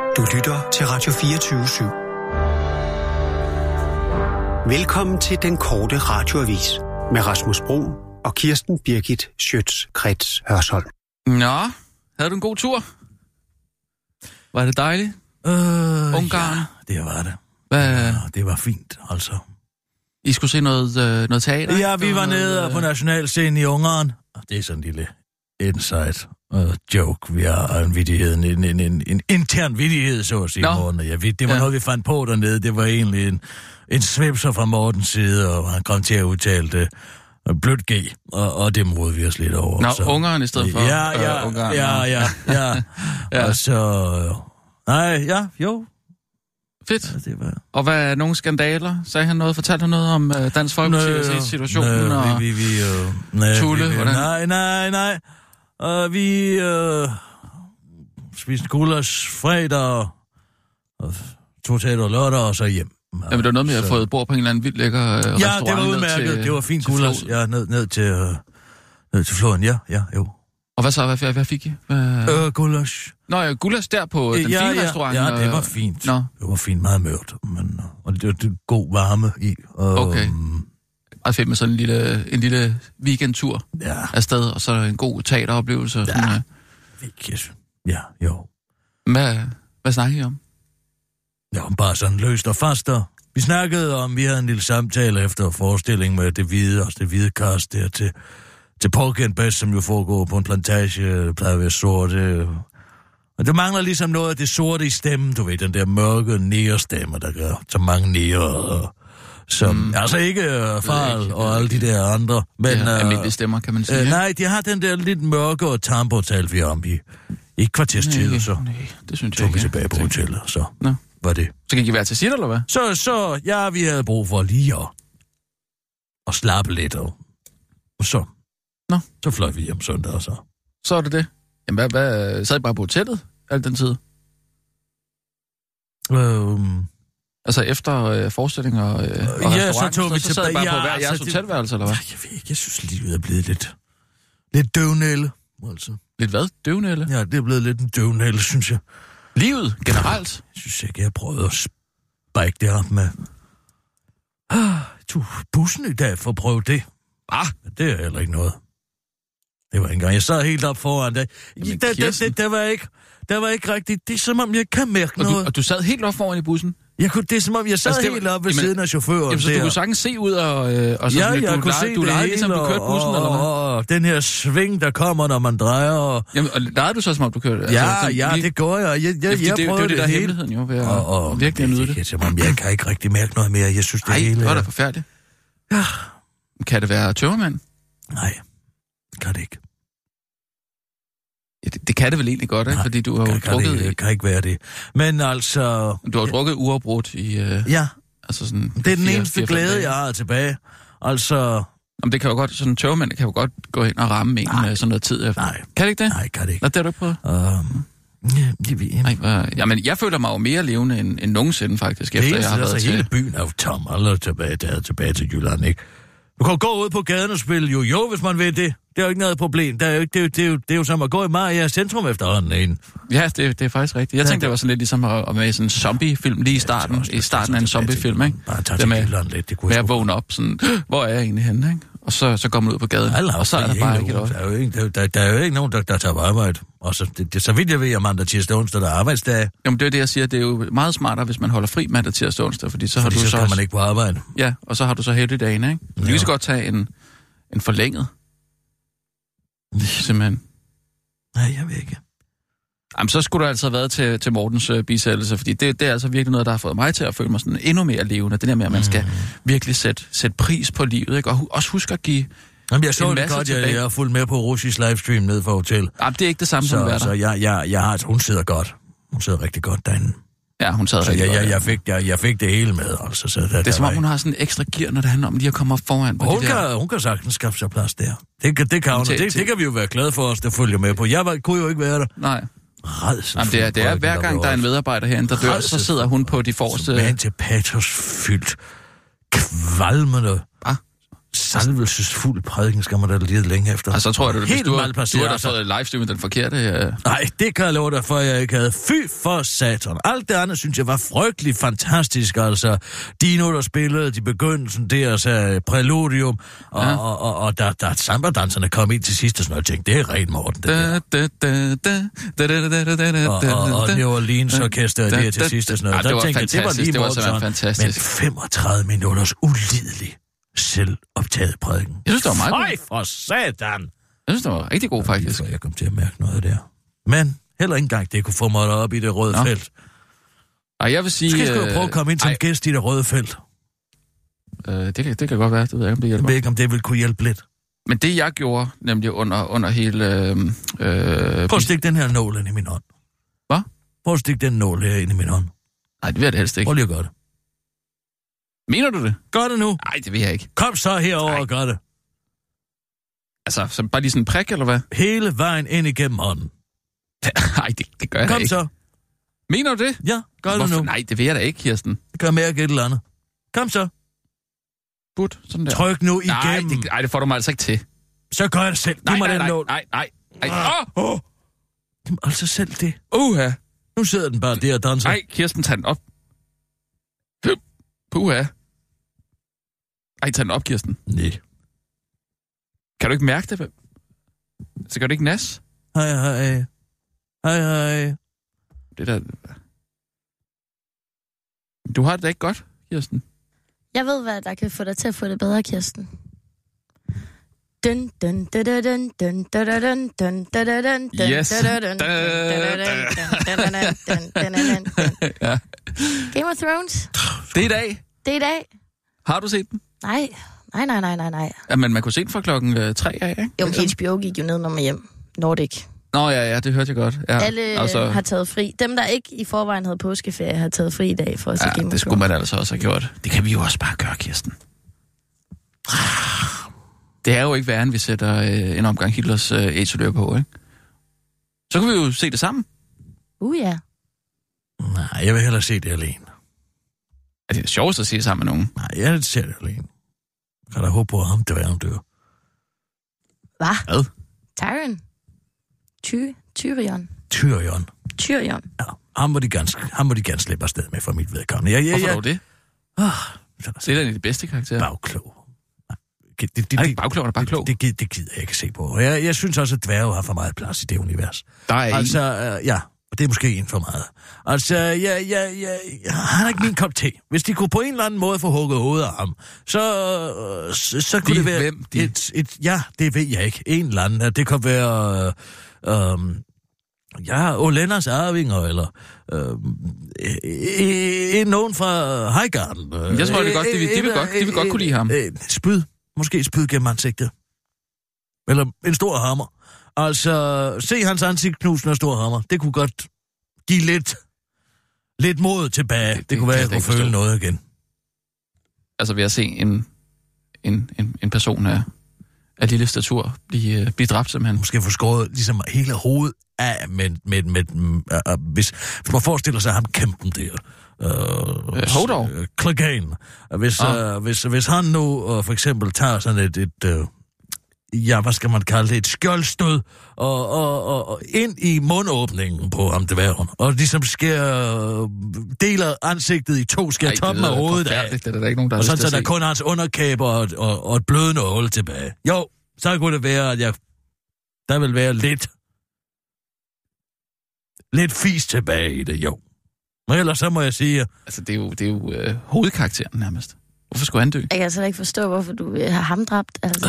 Du lytter til Radio 24/7. Velkommen til den korte radioavis med Rasmus Bro og Kirsten Birgit Schøtz-Krets Hørsholm. Nå, havde du en god tur? Var det dejligt? Ungarn? Ja, det var det. Ja, det var fint, altså. I skulle se noget teater? Ja, vi var nede på nationalscenen i Ungarn. Det er sådan en lille inside joke. Vi har en vittighed, en intern vittighed, så at sige, Morten. Ja, det var noget, vi fandt på dernede. Det var egentlig en svipser fra Mortens side, og han kom til at udtale det blødt G, og det modede vi os lidt over. Nå, så. Ungarn i stedet for Ungarn. Ja. Og så... jo. Fedt. Ja, det var... Og hvad er nogle skandaler? Sagde han noget? Fortalte han noget om Dansk Folkeparti situationen? Tulle? Nej. Vi spiste gulas fredag og tog teater lørdag og så hjem. Jamen, det var noget med, at jeg har fået bord på en eller anden vildt lækker restaurant. Ja, det var udmærket. Det var fint gulas. Ja, ned til floden. Ja, jo. Og hvad så? Hvad fik I? Gulas. Nå, gulas der på den fine restaurant. Ja, det var fint. Det var fint, meget mørkt. Og det var god varme i. Okay. Og fedt med sådan en lille weekendtur afsted, og så en god teateroplevelse. Ja, jo. Hvad snakker I om? Ja, bare sådan løst og faster. Vi snakkede om, vi havde en lille samtale efter forestillingen med det hvide cast der til Porky and Bess, som jo foregår på en plantage, det plejer at være sorte. Og det mangler ligesom noget af det sorte i stemmen, du ved, den der mørke nære-stemme, der gør så mange nære, som altså ikke Farl og alle de der andre. Men, almindelige stemmer, kan man sige. Nej, de har den der lidt mørke og tampo, talte vi om i kvarters tid, så det synes jeg tog vi tilbage på hotellet, så var det. Så gik I være til sit, eller hvad? Så, vi havde brug for lige at slappe lidt, og så fløj vi hjem søndag, og så. Så er det. Jamen, hvad sad I bare på hotellet al den tid? Altså efter forestillinger og restaurant, så tog vi tilbage. Så sad I bare på hver jeres hotelværelse, eller hvad? Jeg ved ikke, jeg synes, livet er blevet lidt døvnælle, altså. Lidt hvad? Døvnælle? Ja, det er blevet lidt en døvnælle, synes jeg. Livet generelt? Jeg synes ikke, jeg har prøvet at spike det op med. Jeg tog bussen i dag for at prøve det. Men det er heller ikke noget. Det var ikke engang. Jeg sad helt op foran dig. Det var ikke rigtigt. Det er som om, jeg kan mærke noget. Og du sad helt op foran i bussen? Det er som om, jeg sad helt op ved siden af chaufføren. Så du kunne sagtens se ud og så jeg kunne se du legede ligesom, du kørte bussen, eller hvad? Og den her sving, der kommer, når man drejer. Jamen, og legede du så, som om du kørte? Det går jeg. Jeg prøvede det der hemmeligheden jo, ved at virkelig nyde det. Som om, jeg kan ikke rigtig mærke noget mere. Jeg synes, det hele... det var da forfærdeligt. Ja. Kan det være tømmermand? Nej, det kan det ikke. Ja, det kan det vel egentlig godt, ikke? Fordi du har jo drukket... Det kan ikke være det. Men altså... Du har drukket uafbrudt i... Altså sådan det er den eneste glæde, jeg har tilbage. Altså... Jamen, det kan jo godt... Sådan en tørmand kan jo godt gå ind og ramme en med sådan noget tid efter. Nej. Kan det ikke det? Nej, kan det ikke. Nå, det har du ikke prøvet? Jamen, jeg føler mig jo mere levende end nogensinde, faktisk, efter jeg har været til... Hele byen er jo tom. Alle tilbage til Jylland, ikke? Du kan gå ud på gaden og spille jo, hvis man vil det. Det er jo ikke noget problem. Det er jo som at gå i Maria centrum efterhånden. Ja, det er faktisk rigtigt. Jeg tænkte, det var sådan lidt ligesom at være i sådan en zombie-film lige i starten af en zombie-film, ikke? Bare tage til Jylland lidt. Det kunne med at vågne op sådan, hvor er jeg egentlig henne, ikke? Og så går man ud på gaden, og så er der bare ikke noget. Der er jo ikke nogen, der tager på arbejde. Og så vidt jeg ved, at mandag, tirsdag, onsdag, der er arbejdsdage. Jamen, det er det, jeg siger. Det er jo meget smartere, hvis man holder fri mandag, tirsdag, onsdag, fordi så kan man ikke på arbejde. Ja, og så har du så helligdagen, ikke? Du kan så godt tage en forlænget. Simpelthen. Nej, jeg ved ikke. Jamen, så skulle du altså have været til Mortens bisættelse, fordi det er altså virkelig noget, der har fået mig til at føle mig sådan endnu mere levende. Det der med, at man skal virkelig sætte pris på livet, ikke? Og også huske at give... Jamen, jeg så det godt, jeg er fuldt med på Rushis livestream ned for hotel. Jamen, det er ikke det samme som at være der. Så jeg har... Hun sidder godt. Hun sidder rigtig godt derinde. Ja, hun sad rigtig godt. Jeg fik det hele med, altså. Så det er som om, hun har sådan en ekstra gear, når det handler om lige at komme op foran. Hun kan sagtens skaffe sig plads der. Det kan vi jo være glade for os, der følger med på. Jeg kunne jo ikke være der. Nej. Jamen, det er hver gang, der er en medarbejder herinde, der dør, så sidder hun på de forreste... Man til patosfyldt, kvalmende salvelsesfuld prædiken skal man da lide længe efter. Altså, så tror jeg, helt du malplaceret. har da fået livestreamet den forkerte. Nej, det kan jeg love dig for, jeg ikke havde. Fy for satan. Alt det andet, synes jeg, var frygtelig fantastisk. Altså, Dino, der spillede, de begyndelsen der, så præludium, og da samba-danserne kom ind til sidst, og sådan noget ting. Det er rent Morten, det der. Og New Orleans orkester der til sidst, og sådan noget. Der tænkte jeg, det var lige Morten, men 35 minutters ulidelig selvoptaget prædiken. Jeg synes, det var meget god. Øj, for satan! Jeg synes, det var rigtig god, faktisk. Jeg kom til at mærke noget der. Men heller ikke engang det kunne få mig op i det røde felt. Ej, jeg vil sige... Skal jeg prøve at komme ind som gæst i det røde felt? Det kan godt være. Det ved jeg ikke, om det hjælper. Jeg ved ikke, om det vil kunne hjælpe lidt. Men det, jeg gjorde, nemlig under hele... Prøv at stikke den her nål ind i min hånd. Hvad? Prøv at stikke den nål her ind i min hånd. Nej, det vil jeg det helst ikke. Prøv lige at gøre det. Mener du det? Gør det nu. Nej, det vil jeg ikke. Kom så herover og gør det. Altså, så bare lige sådan en prik, eller hvad? Hele vejen ind igennem hånden. Nej, det gør jeg Kom ikke. så. Mener du det? Ja, gør det nu. Nej, det vil jeg da ikke, Kirsten. Det kan mærke et eller andet. Kom så. But, sådan der. Tryk nu igennem. Nej, det får du mig altså ikke til. Så gør jeg det selv. Giv mig den nål. Nej. Giv mig altså selv det. Uha. Nu sidder den bare der og danser. Nej, Kirsten, tag den op. Puha. Ej, tag den op, Kirsten. Nej. Kan du ikke mærke det? Så gør det ikke nas? Hej. Det der... Du har det da ikke godt, Kirsten. Jeg ved, hvad der kan få dig til at få det bedre, Kirsten. Yes. Game of Thrones. Det er i dag. Det er i dag. Har du set den? Nej. Ja, men man kunne se den fra klokken 3 af, ikke? Jo, HBO gik jo ned, når man hjem. Nordic. Nå ja, det hørte jeg godt. Ja, alle har taget fri. Dem, der ikke i forvejen havde påskeferie, har taget fri i dag for at se Game of Thrones. Det skulle man altså også have gjort. Det kan vi jo også bare gøre, Kirsten. Det er jo ikke værre, end vi sætter en omgang Hitlers æseløer på, ikke? Så kan vi jo se det sammen. Ja. Nej, jeg vil hellere se det alene. Er det sjovest at se det sammen med nogen? Nej, jeg ser det alene. Jeg kan da håbe på, at ham dør. Hvad? Tyrion. Tyrion. Ja, ham må de gerne slippe afsted med for mit vedkommende. Hvorfor dog det? Det er da en af de bedste karakterer. Bagklog. Ikke bagklog, er bare klog. Det gider jeg ikke se på. Jeg synes også, at dværge har for meget plads i det univers. Der er altså, og det er måske en for meget. Altså, han er ikke min kop te. Hvis de kunne på en eller anden måde få hugget hovedet af ham, så kunne det være... Hvem de? Ja, det ved jeg ikke. En eller anden. Det kan være... Olenners arvinger, eller nogen fra Highgarden. Jeg tror, det er godt. De vil godt kunne lide ham. Spyd. Måske spyd gennem ansigtet. Eller en stor hammer. Altså, se hans ansigt knuse med en stor hammer. Det kunne godt give lidt mod tilbage. Det kunne være, at jeg kunne føle noget igen. Altså, ved at se en person af lille statur blive dræbt, simpelthen. Måske få skåret ligesom hele hovedet af, hvis man forestiller sig ham kæmpen der. Hodor. Clegane. Hvis han nu for eksempel tager sådan hvad skal man kalde det, et skjoldstød, og ind i mundåbningen på ham dværgen, og ligesom deler ansigtet i to, skærer toppen af hovedet af. Det er der ikke nogen, der og så der kun hans underkæber og et blødende hul tilbage. Jo, så kunne det være, at der vil være lidt fis tilbage i det, jo. Men ellers så må jeg sige... Altså, det er jo hovedkarakteren nærmest. Hvorfor skulle han dø? Jeg kan altså ikke forstå, hvorfor du vil have ham dræbt. Altså.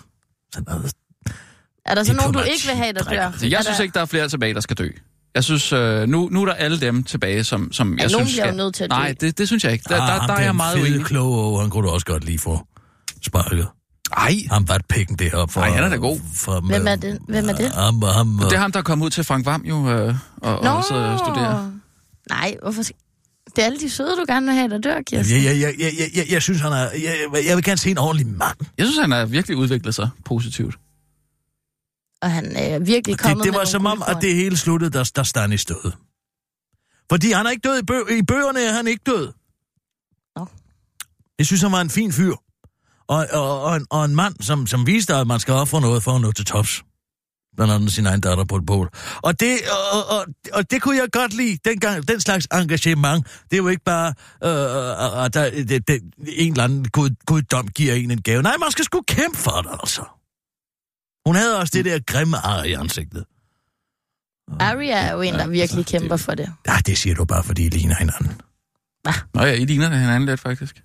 Er der så nogen, du ikke vil have, der dør? Altså, jeg synes ikke, der er flere tilbage, der skal dø. Jeg synes, nu er der alle dem tilbage, som jeg synes... Nogen bliver nødt til at dø. Nej, det synes jeg ikke. Der er jeg meget uenig. Kloge, han kunne du også godt lige få sparket. Ej. Ham var pikken deroppe for... Nej, han er da god. Hvem er det? Det er ham, der er kommet ud til Frank Vam jo, og så studerer. Nej, hvorfor... Det er alle de søde, du gerne vil have, der dør, Kirsten. Jeg synes, han er... Jeg vil gerne se en ordentlig mand. Jeg synes, han har virkelig udviklet sig positivt. Og han er virkelig kommet det var som om, at det hele sluttede, der stand i stødet. Fordi han er ikke død i bøgerne, er han ikke død. Nå. Jeg synes, han var en fin fyr. Og en mand, som viste, at man skal ofre noget for at nå til tops. Blandt andet sin egen datter på et bål. Og det kunne jeg godt lide dengang. Den slags engagement, det er jo ikke bare, at en eller anden guddom giver en gave. Nej, man skal sgu kæmpe for det, altså. Hun havde også det der grimme ar i ansigtet. Arya er jo en, der virkelig kæmper for det. Ja, det siger du bare, fordi I ligner hinanden. Nå ja, I ligner hinanden lidt, faktisk.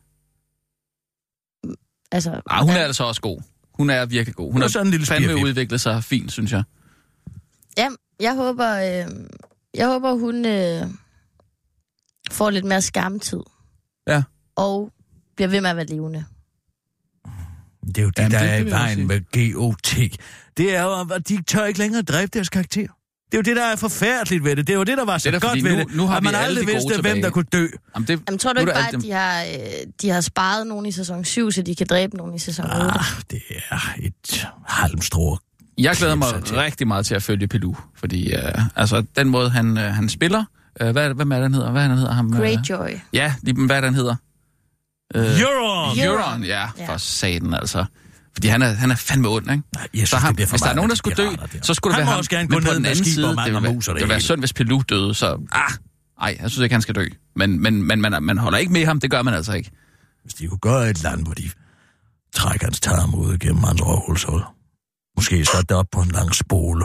Altså, hun er altså også god. Hun er virkelig god. Hun har fandme udviklet sig fint, synes jeg. Ja, jeg håber hun får lidt mere skamtid. Ja. Og bliver ved med at være levende. Det er jo det, der er i vejen med GOT. Det er jo, at de tør ikke længere dræbe deres karakter. Det er jo det, der er forfærdeligt ved det. Det er jo det, der var så det godt ved det. Nu har at man aldrig vidste, hvem der kunne dø. Jamen, tror du ikke bare, at de har sparet nogen i sæson 7, så de kan dræbe nogen i sæson 8? Det er et halmstrå. Jeg glæder mig rigtig meget til at følge Pilou, fordi den måde, han spiller... Hvad er det, han hedder? Hvad hedder ham? Greyjoy. Ja, hvad er det, han hedder? Euron! Ja, for satan altså. Fordi han er fandme ond, ikke? Nej, jeg synes, det bliver for hvis der er nogen, der skulle dø, så skulle det være ham. Også gerne gå ned med skib og mange muser. Det ville være synd, hvis Pilou døde, så... jeg synes ikke, han skal dø. Men man holder ikke med ham, det gør man altså ikke. Hvis de kunne gøre et land, hvor de trækker hans tarm ud gennem hans røvhulshul. Måske så det op på en lang spole.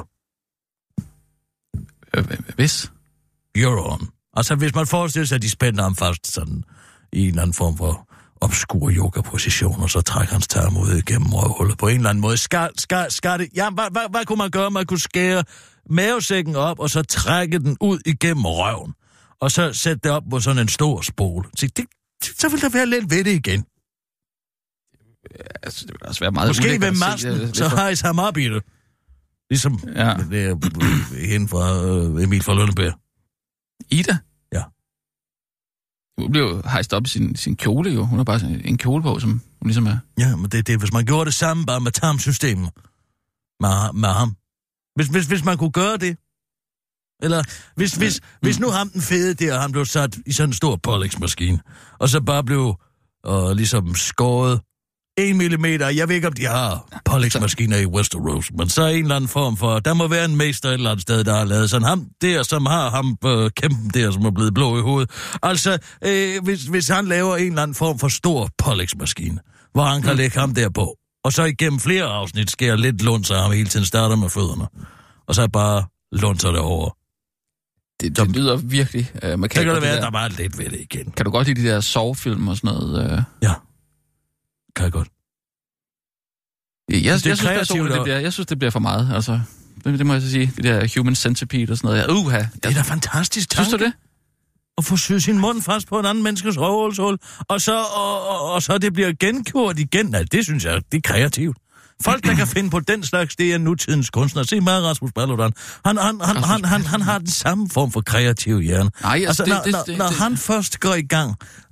Hvis? Euron. Altså, hvis man forestiller sig, at de spænder ham fast sådan i en eller anden form for obskur yoga-position, og så trækker hans tarm ud gennem røvhullet på en eller anden måde. Skal det... Ja, hvad kunne man gøre? Man kunne skære mavesækken op, og så trække den ud igennem røven. Og så sætte det op på sådan en stor spole. Så vil der være lidt ved det igen. Altså, det vil også være meget måske ved masten, så hejs ham op i det. Ligesom det er hende fra Emil fra Lønneberg. Ida? Ja. Hun blev jo hejst op i sin kjole, jo. Hun har bare en kjole på, som hun ligesom er. Ja, men det er, hvis man gjorde det samme bare med tarmsystemet. Med ham. Hvis man kunne gøre det. Eller hvis nu ham den fede der, han blev sat i sådan en stor pålægsmaskine, og så bare blev ligesom skåret 1 millimeter. Jeg ved ikke, om de har pålægsmaskiner i Westeros, men så er en eller anden form for... Der må være en mester et eller andet sted, der har lavet sådan ham der, som har ham kæmpen der, som er blevet blå i hovedet. Altså, hvis han laver en eller anden form for stor pålægsmaskine, hvor han kan lægge ham der på, og så igennem flere afsnit sker lidt lunser ham hele tiden, starter med fødderne, og så bare lunser det over. Det lyder virkelig... det kan det være, at der var lidt ved det igen. Kan du godt lide de der sovefilm og sådan noget? Ja. Kan jeg godt. Jeg synes, det bliver for meget. Altså, det må jeg så sige. Det der Human Centipede og sådan noget. Det er da fantastisk tanke. Synes du det? At få syet sin mund fast på en anden menneskes røvhulshul, og så det bliver gengjort igen. Nej, det synes jeg, det er kreativt. Folk, der kan finde på den slags, det er nutidens kunstner. Se mig, Rasmus Paludan. Han har den samme form for kreativ hjerne. Nej, altså, når han først går i gang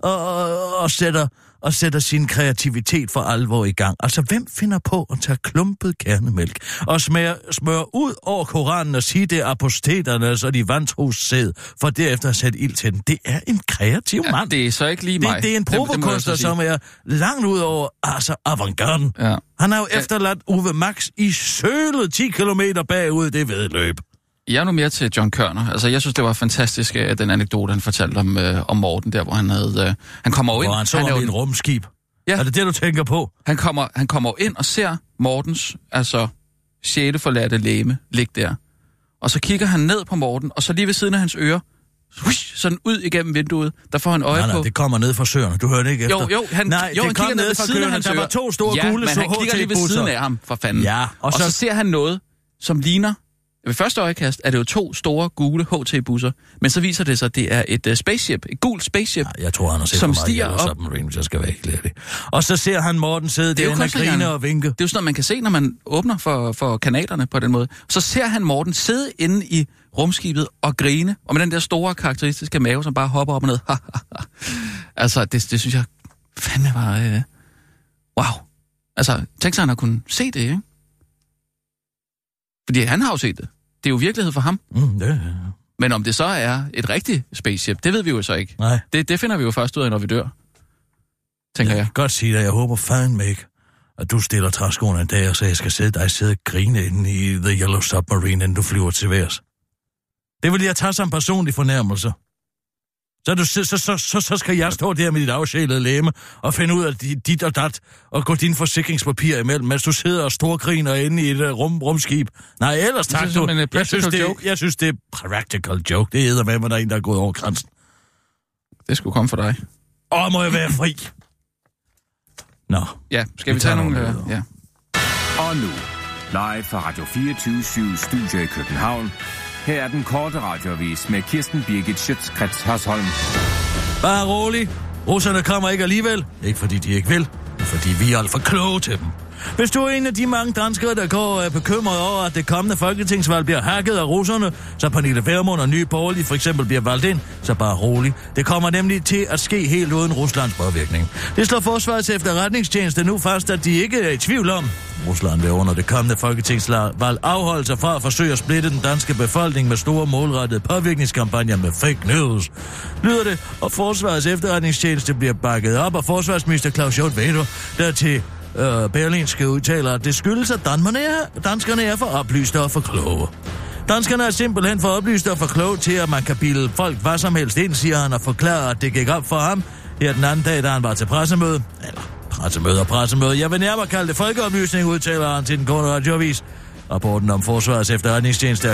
og sætter sin kreativitet for alvor i gang. Altså, hvem finder på at tage klumpet kernemælk og smøre ud over Koranen og sige, det er aposteterne, så de vantros sæd, for derefter at sætte ild til den? Det er en kreativ mand. Det er så ikke lige mig. Det er en provokunstner, som er langt ud over avantgarden. Ja. Han har jo efterladt Uwe Max i sølet 10 kilometer bagud det vedløb. Jeg er nu mere til John Kørner. Altså, jeg synes, det var fantastisk, den anekdote, han fortalte om Morten, der hvor han havde... han kommer jo ind... Hvor han så ham i et rumskib. Ja. Er det det, du tænker på? Han kommer ind og ser Mortens, 6. forladte legeme, ligge der. Og så kigger han ned på Morten, og så lige ved siden af hans øre, sådan ud igennem vinduet, der får han øje på... Nej, det kommer ned fra søerne. Du hører det ikke efter? Jo, han kigger ned fra køerne. Der var 2 store gule men han kigger lige ved siden af ham, for fanden. Ja, og så ser han noget, som ligner... Ved første øjekast er det jo 2 store gule HT-busser, men så viser det sig, at det er et spaceship, et gult spaceship, jeg tror, han har set som stiger op. Submarine, hvis jeg skal være helt ærlig. Og så ser han Morten sidde der og grine og vinke. Det er jo sådan noget, man kan se, når man åbner for kanalerne på den måde. Så ser han Morten sidde inde i rumskibet og grine, og med den der store karakteristiske mave, som bare hopper op og ned. Altså, det synes jeg fandme var... wow. Altså, tænk sig, han har kunnet se det, ikke? Fordi han har jo set det. Det er jo virkelighed for ham. Ja. Men om det så er et rigtigt spaceship, det ved vi jo så ikke. Nej. Det finder vi jo først ud af, når vi dør. Tænker jeg. Godt sige dig. Jeg håber fandme ikke, at du stiller træskoene en dag, og så jeg skal sidde og grine inde i The Yellow Submarine, inden du flyver til værs. Det vil jeg tage som personlig fornærmelse. Så skal jeg stå der med dit afsjælede læme og finde ud af dit og dat og gå din forsikringspapir imellem, mens du sidder og storgriner inde i et rumskib. Nej, ellers tak du. Jeg synes, det er practical joke. Det hedder med, at der er en, der er gået over grænsen. Det skulle komme for dig. Må jeg være fri? Nå. Ja, skal vi tage nogle... ja. Og nu, live fra Radio 24/7 Studio i København. Her er den korte radioavis med Kirsten Birgit Schøtz-Krets Hørsholm. Bare rolig. Russerne kommer ikke alligevel. Ikke fordi de ikke vil, men fordi vi er alt for kloge til dem. Hvis du er en af de mange danskere, der går og er bekymret over, at det kommende folketingsvalg bliver hacket af russerne, så Pernille Vermund og Nye Borgerlige for eksempel bliver valgt ind, så bare rolig. Det kommer nemlig til at ske helt uden Ruslands påvirkning. Det slår Forsvarets efterretningstjeneste nu fast, at de ikke er i tvivl om. Rusland vil under det kommende folketingsvalg afholde sig fra at forsøge at splitte den danske befolkning med store målrettede påvirkningskampagner med fake news. Lyder det, og Forsvarets efterretningstjeneste bliver bakket op af forsvarsminister Claus Hjort Vedder, der til Berlingske udtaler, at det skyldes, at danskerne er for oplyste og for kloge. Danskerne er simpelthen for oplyste og for kloge til, at man kan bilde folk hvad som helst ind, siger han og forklarer, at det gik op for ham her den anden dag, da han var til pressemøde. Eller pressemøde. Jeg vil nærmere kalde det folkeoplysning, udtaler han til den korte radioavis. Rapporten om Forsvarets efterretningstjeneste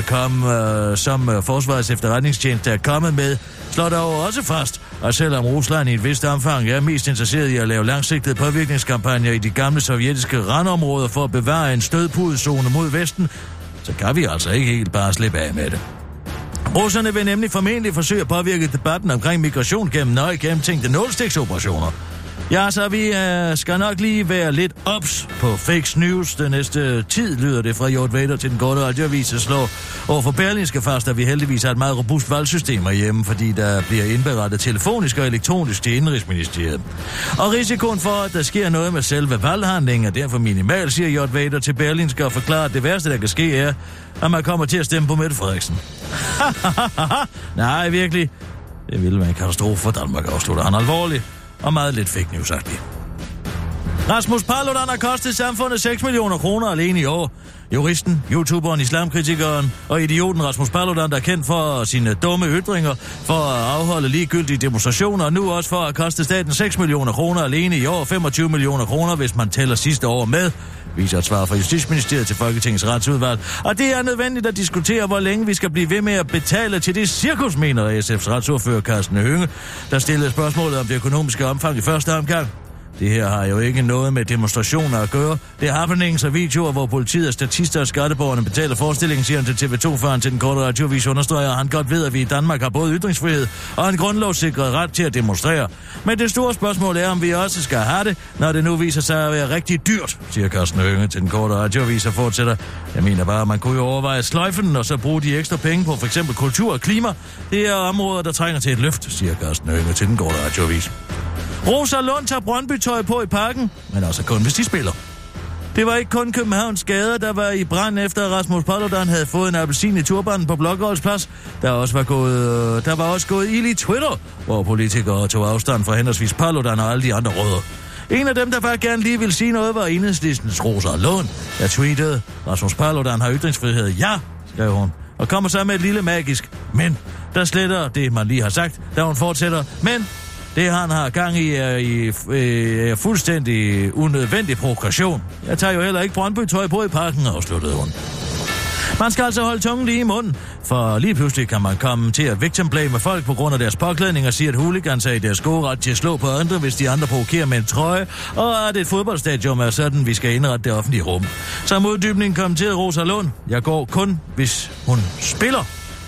er kommet med, slår dog også fast, og selvom Rusland i et vist omfang er mest interesseret i at lave langsigtede påvirkningskampagner i de gamle sovjetiske randområder for at bevare en stødpudezone mod Vesten, så kan vi altså ikke helt bare slippe af med det. Russerne vil nemlig formentlig forsøge at påvirke debatten omkring migration gennem nøje gennemtænkte nålstiksoperationer. Ja, så vi skal nok lige være lidt ops på fake news. Den næste tid lyder det fra Hjort Vedder til den korte radioavis slår over for Berlingske fast, at vi heldigvis har et meget robust valgsystem herhjemme, fordi der bliver indberettet telefonisk og elektronisk til Indenrigsministeriet. Og risikoen for, at der sker noget med selve valghandlingen, er derfor minimal, siger Hjort Vedder til Berlingske og forklarer, at det værste, der kan ske, er, at man kommer til at stemme på Mette Frederiksen. Nej, virkelig. Det ville være en katastrofe for Danmark, afslutter han alvorligt. Og meget lidt fake news-agtigt. Rasmus Paludan har kostet samfundet 6 millioner kroner alene i år. Juristen, YouTuberen, islamkritikeren og idioten Rasmus Paludan, der er kendt for sine dumme ytringer, for at afholde ligegyldige demonstrationer, og nu også for at koste staten 6 millioner kroner alene i år, 25 millioner kroner, hvis man tæller sidste år med, viser et svar fra Justitsministeriet til Folketingets Retsudvalg. Og det er nødvendigt at diskutere, hvor længe vi skal blive ved med at betale til det cirkus, mener SF's retsordfører Karsten Hønge, der stillede spørgsmålet om det økonomiske omfang i første omgang. Det her har jo ikke noget med demonstrationer at gøre. Det er happenings og videoer, hvor politiet og statister og skatteborgerne betaler forestillingen, siger han til TV2-føren til den korte radioavis, understreger, han godt ved, at vi i Danmark har både ytringsfrihed og en grundlovssikret ret til at demonstrere. Men det store spørgsmål er, om vi også skal have det, når det nu viser sig at være rigtig dyrt, siger Karsten Hønge til den korte radioavis og fortsætter. Jeg mener bare, at man kunne jo overveje sløjfen og så bruge de ekstra penge på f.eks. kultur og klima. Det er områder, der trænger til et løft, siger Karsten Hønge til den korte radioavis. Rosa Lund tager Brøndby-tøj på i parken, men også kun hvis de spiller. Det var ikke kun Københavns gader, der var i brand efter Rasmus Paludan havde fået en appelsin i turbanen på Blågårdsplads. Der var også gået ild i Twitter, hvor politikere tog afstand fra henholdsvis Paludan og alle de andre rødder. En af dem, der bare gerne lige ville sige noget, var Enhedslistens Rosa Lund, der tweetede, Rasmus Paludan har ytringsfrihed. Ja, skrev hun, og kommer så med et lille magisk men, der sletter det, man lige har sagt, da hun fortsætter, men det, han har gang i, er fuldstændig unødvendig progression. Jeg tager jo heller ikke Brøndby-tøj på i parken, afsluttede hun. Man skal altså holde tungen lige i munden, for lige pludselig kan man komme til at victimblame folk på grund af deres påklædning og sige, at hooligans er i deres gode ret til at slå på andre, hvis de andre provokerer med en trøje, og at et fodboldstadion er sådan, vi skal indrette det offentlige rum. Som uddybning kommenterede Rosa Lund, jeg går kun, hvis hun spiller.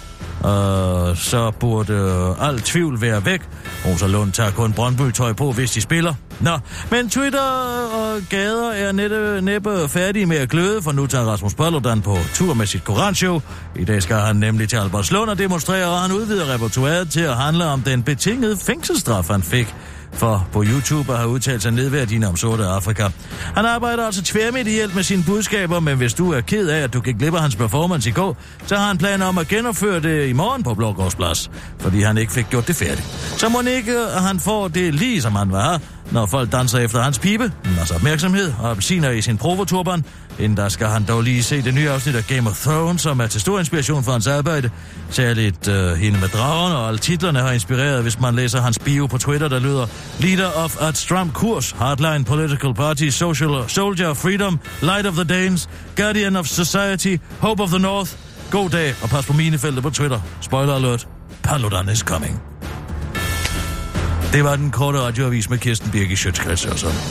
Så burde al tvivl være væk. Rosa Lund tager kun Brøndby-tøj på, hvis de spiller. Nå, men Twitter og gader er næppe færdige med at gløde, for nu tager Rasmus Paludan på tur med sit koranshow. I dag skal han nemlig til Albertslund og demonstrere, og han udvider repertoiret til at handle om den betingede fængselsstraf, han fik for på YouTube har udtalt sig nedværdigende om sorte Afrika. Han arbejder altså tværmedielt med sine budskaber, men hvis du er ked af, at du gik glip af hans performance i går, så har han planer om at genopføre det i morgen på Blågårdsplads, fordi han ikke fik gjort det færdigt. Så må ikke, at han får det lige som han var, når folk danser efter hans pibe, masser opmærksomhed og appelsiner i sin provoturban. Inden der skal han dog lige se det nye afsnit af Game of Thrones, som er til stor inspiration for hans arbejde. Særligt hende med dragerne, og alle titlerne har inspireret, hvis man læser hans bio på Twitter, der lyder: Leader of at stram kurs, Hardline Political Party, Social Soldier of Freedom, Light of the Danes, Guardian of Society, Hope of the North. God dag, og pas på minefeltet på Twitter. Spoiler alert. Paludan is coming. Det var den korte radioavis med Kirsten Birgit Schøtz-Krets og sådan.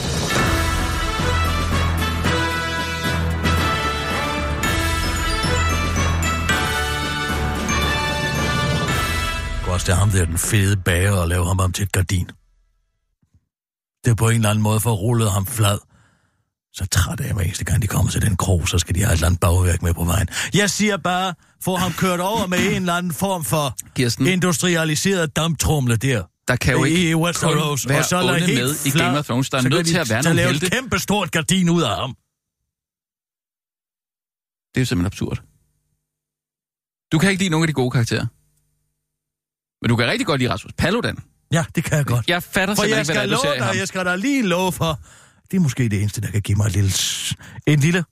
Også det ham der, den fede bager, og lave ham om til et gardin. Det er på en eller anden måde for at rulle ham flad. Så træt af mig, eneste gang de kommer til den krog, så skal de have et eller andet bagværk med på vejen. Jeg siger bare, få ham kørt over med en eller anden form for Kirsten, industrialiseret damptrumle der. Der kan jo ikke kun være og så onde med i Game of Thrones. Der er nødt til at være nogle helte. Så lave et kæmpe stort gardin ud af ham. Det er jo simpelthen absurd. Du kan ikke lide nogle af de gode karakterer. Men du kan rigtig godt lide Rasmus Paludan. Ja, det kan jeg godt. Jeg fatter simpelthen ikke, hvad du ser i ham. Jeg skal da lige love for. Det er måske det eneste, der kan give mig en lille...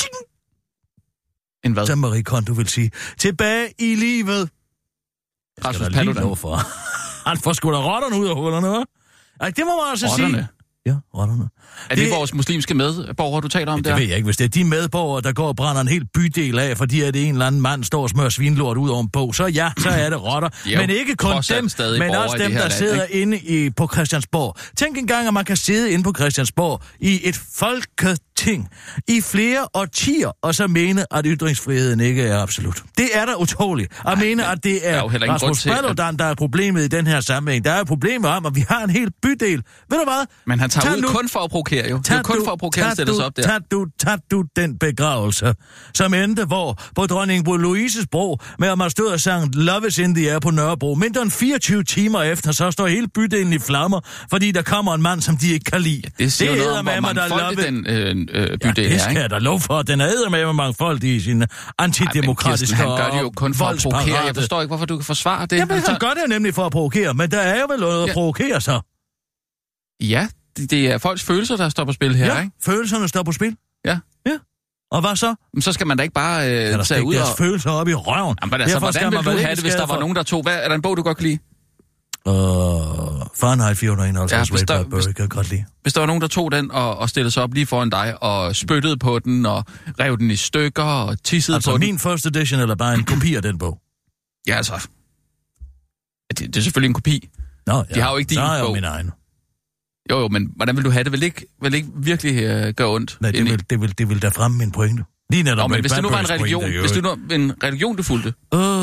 En hvad? Som Marie Kondo vil sige. Tilbage i livet. Rasmus Paludan. Han får sgu da rotterne ud af hullerne, hva'? Ej, det må man altså sige. Ja, rotterne. Er det vores muslimske medborgere, du taler om der? Det ved jeg ikke. Hvis det er de medborgere, der går og brænder en hel bydel af, fordi at det en eller anden mand står og smører svinlort ud over en bog, så ja, så er det rotter. Men ikke kun dem, men også dem, der sidder inde på Christiansborg. Tænk engang, at man kan sidde inde på Christiansborg i et folketing i flere årtier, og så mene, at ytringsfriheden ikke er absolut. Det er da utroligt. At mene, at det er Rasmus Paludan, der er problemet i den her sammenhæng. Der er problemet om, at vi har en hel bydel. Ved du hvad? Men han tager ud kun for at provokere, jo. Det er kun for at provokere, at stille sig op der. Tag du den begravelse, som endte på dronning Louises bro, med at man stod og sang Love is in the air på Nørrebro. Mindre end 24 timer efter, så står hele bydelen i flammer, fordi der kommer en mand, som de ikke kan lide. Ja, det siger noget om, hvor mangfoldig den bydel er, det skal jeg da lov for. Den er eddermame mangfoldig i sin antidemokratiske han gør det jo kun for at provokere. Jeg forstår ikke, hvorfor du kan forsvare det. Jamen, han gør det nemlig for at provokere, men der er jo vel noget at provokere så. Ja, det er folks følelser, der står på spil her, ikke? Følelserne står på spil. Ja. Og hvad så? Men så skal man da ikke bare tage ud og... følelser op i røven. Jamen, altså, hvordan vil du have det, hvis der var nogen, der tog... Er der en bog, du godt kan lide? Fahrenheit 451, Ray Bradbury, kan jeg godt lide. Hvis der var nogen, der tog den og stillede sig op lige foran dig, og spyttede på den, og rev den i stykker, og tissede på den... Altså min first edition, eller bare en kopi af den bog? Ja, altså... Det er selvfølgelig en kopi. Nå, ja. De har jo ikke din bog. Så er jo min egen. Jo, men hvordan vil du have det? Vil ikke virkelig gøre ondt? Nej, det vil da fremme min pointe. Lige netop men hvis det nu var en religion, hvis det nu var en religion, du fulgte?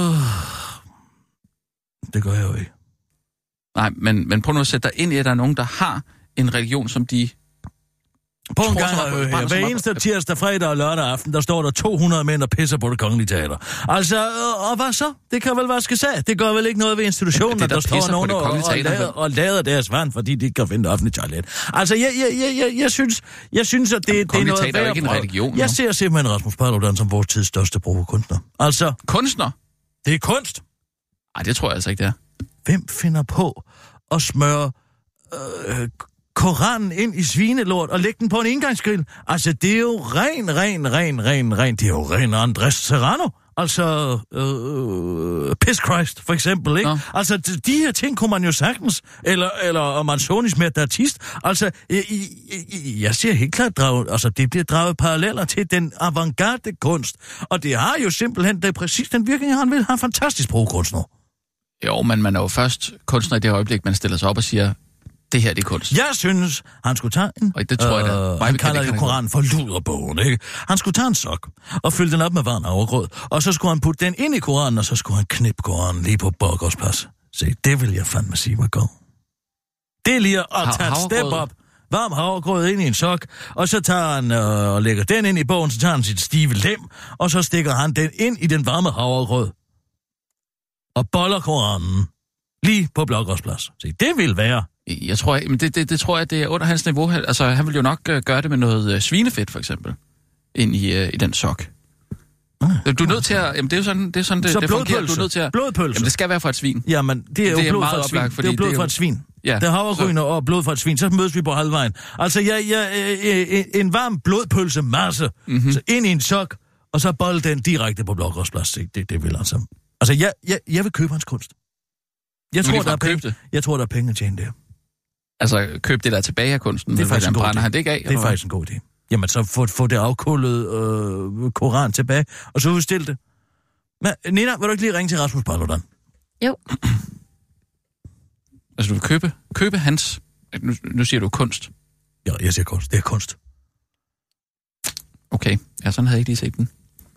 Det gør jeg jo ikke. Nej, men prøv nu at sætte dig ind i, at der er nogen, der har en religion, som de... På en gang, hver eneste tirsdag, fredag og lørdag aften, der står der 200 mænd og pisser på Det Kongelige Teater. Altså, og hvad så? Det kan vel vaske sag. Det gør vel ikke noget ved institutionen, at der står nogen og lader deres vand, fordi de ikke kan finde offentligt toilet. Altså, jeg synes, at det er noget værd. Ikke en religion. Jeg ser simpelthen Rasmus Paludan som vores tids største provokunstner. Altså... Kunstner? Det er kunst. Nej, det tror jeg altså ikke, det er. Hvem finder på at smøre... Koranen ind i svinelort og lægge den på en indgangsgrill. Altså, det er jo ren. Det er jo ren Andres Serrano. Altså, Piss Christ, for eksempel, ikke? Nå. Altså, de her ting kunne man jo sagtens, eller Amazonis med artist. Altså, jeg ser helt klart, det bliver draget paralleller til den avantgarde kunst. Og det har jo simpelthen, det er præcis den virkning, han vil have en fantastisk prokunstner. Jo, men man er jo først kunstner i det øjeblik, man stiller sig op og siger, det her, det er kunst. Jeg synes, han skulle tage en... Og det tror jeg da. Han kalder jo Koranen for luderbogen, ikke? Han skulle tage en sok og fylde den op med varm havregrød, og så skulle han putte den ind i Koranen, og så skulle han knippe Koranen lige på Borgårdsplads. Se, det vil jeg fandme sige mig godt. Det er lige at tage et step op. Varm havregrød ind i en sok, og så tager han og lægger den ind i bogen, så tager han sit stive lem, og så stikker han den ind i den varme havregrød. Og boller Koranen lige på Borgårdsplads. Se, det vil være... Jeg tror, men det tror jeg, det er under hans niveau. Altså, han vil jo nok gøre det med noget svinefedt, for eksempel, ind i den sok. Du er nødt til at... Jamen, det er sådan, det fungerer. Du er nødt til at... Blodpølse. Jamen, det skal være for et svin. Jamen, det er jo blod for et svin. Det er jo blod for et svin. Ja, det er havregryn og blod fra et svin, så mødes vi på halvvejen. Altså, en varm blodpølsemasse, så ind i en sok, og så bolle den direkte på Blågårdsplads. Det vil altså. Altså, jeg vil købe hans kunst. Jeg tror, der er penge at tjene der. Altså, køb det der tilbage af kunsten. Det er faktisk en god idé. Han det ikke af, det er faktisk en god idé. Jamen, så få det afkullede koran tilbage, og så udstille det. Men, Nina, vil du ikke lige ringe til Rasmus Paludan? Jo. Altså, du vil købe hans... Nu siger du kunst. Ja, jeg siger kunst. Det er kunst. Okay. Ja, sådan havde jeg ikke lige set den.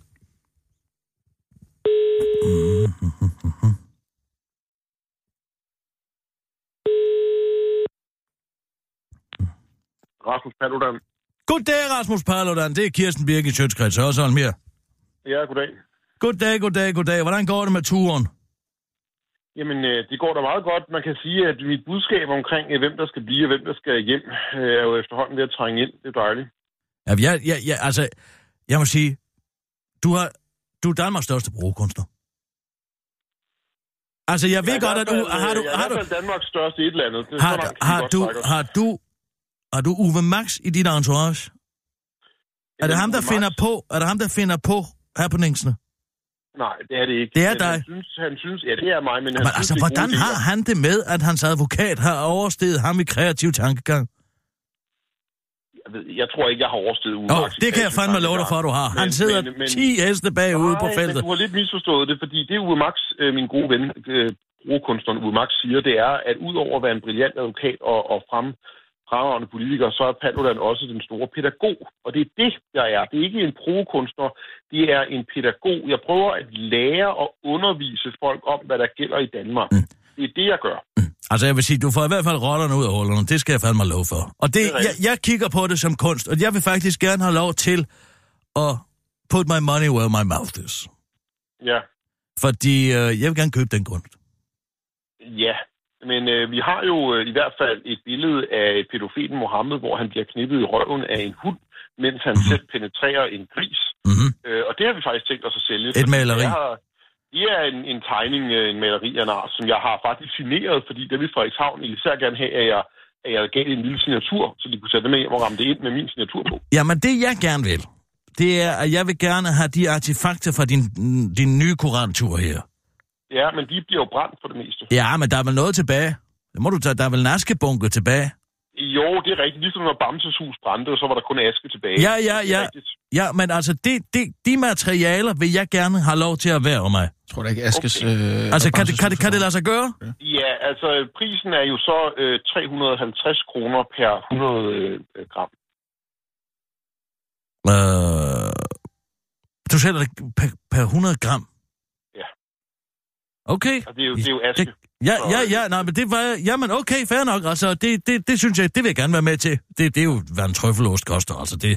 Rasmus Paludan. Goddag, Rasmus Paludan. Det er Kirsten Birgit Sjøtskreds Hørsholm her. Ja, goddag. Goddag. Hvordan går det med turen? Jamen, det går da meget godt. Man kan sige, at mit budskab omkring, hvem der skal blive og hvem der skal hjem, er jo efterhånden ved at trænge ind. Det er dejligt. Ja, altså, jeg må sige, du er Danmarks største brugerkunstner. Altså, jeg ved godt, at du... Har du Danmarks største et eller andet. Har du Uwe Max i dit entourage? Er det ham, der finder på happeningsene? Nej, det er det ikke. Det er dig. Han synes, ja, det er mig, men han synes, altså, hvordan har han det med, at hans advokat har oversteget ham i kreativ tankegang? Jeg tror ikke, jeg har oversteget Uwe Max. Det kan jeg fandme love dig for, at du har. Han sidder 10 heste bagude på feltet. Men du har lidt misforstået det, fordi det Uwe Max, min gode ven, brugerkunstneren Uwe Max, siger, det er, at udover at være en brilliant advokat og fremragende politiker, så er Paludan også den store pædagog. Og det er det, jeg er. Det er ikke en prokunstner, det er en pædagog. Jeg prøver at lære og undervise folk om, hvad der gælder i Danmark. Det er det, jeg gør. Altså, jeg vil sige, du får i hvert fald rotterne ud af hullerne. Det skal jeg fandme lov for. Og jeg kigger på det som kunst, og jeg vil faktisk gerne have lov til at put my money where my mouth is. Ja. Fordi jeg vil gerne købe den kunst. Ja. Men vi har jo i hvert fald et billede af pædofeten Mohammed, hvor han bliver knippet i røven af en hund, mens han selv penetrerer en gris. Og det har vi faktisk tænkt os at sælge. Et maleri? Det er en tegning, en maleri af en art, som jeg har faktisk signeret, fordi det vil Frederikshavn især gerne have, at jeg gav en lille signatur, så de kunne sætte det med hjem og ramme det ind med min signatur på. Jamen det jeg gerne vil, det er, at jeg vil gerne have de artefakter fra din nye korantur her. Ja, men de bliver jo brændt for det meste. Ja, men der er vel noget tilbage. Det må du tage. Der er vel en askebunke tilbage. Jo, det er rigtigt. Ligesom når Bamses hus brændte, og så var der kun aske tilbage. Ja. Ja, men altså, de materialer vil jeg gerne have lov til at være mig. Jeg tror da ikke askes... Okay. Altså, kan det lade sig gøre? Ja, altså, prisen er jo så 350 kroner per 100 gram. Du sælger det per 100 gram? Ja. Okay. Og det er jo aske. Nej, men det var... Jamen, okay, fair nok. Altså, det synes jeg, det vil jeg gerne være med til. Det er jo, hvad en trøffelost koster. Altså, det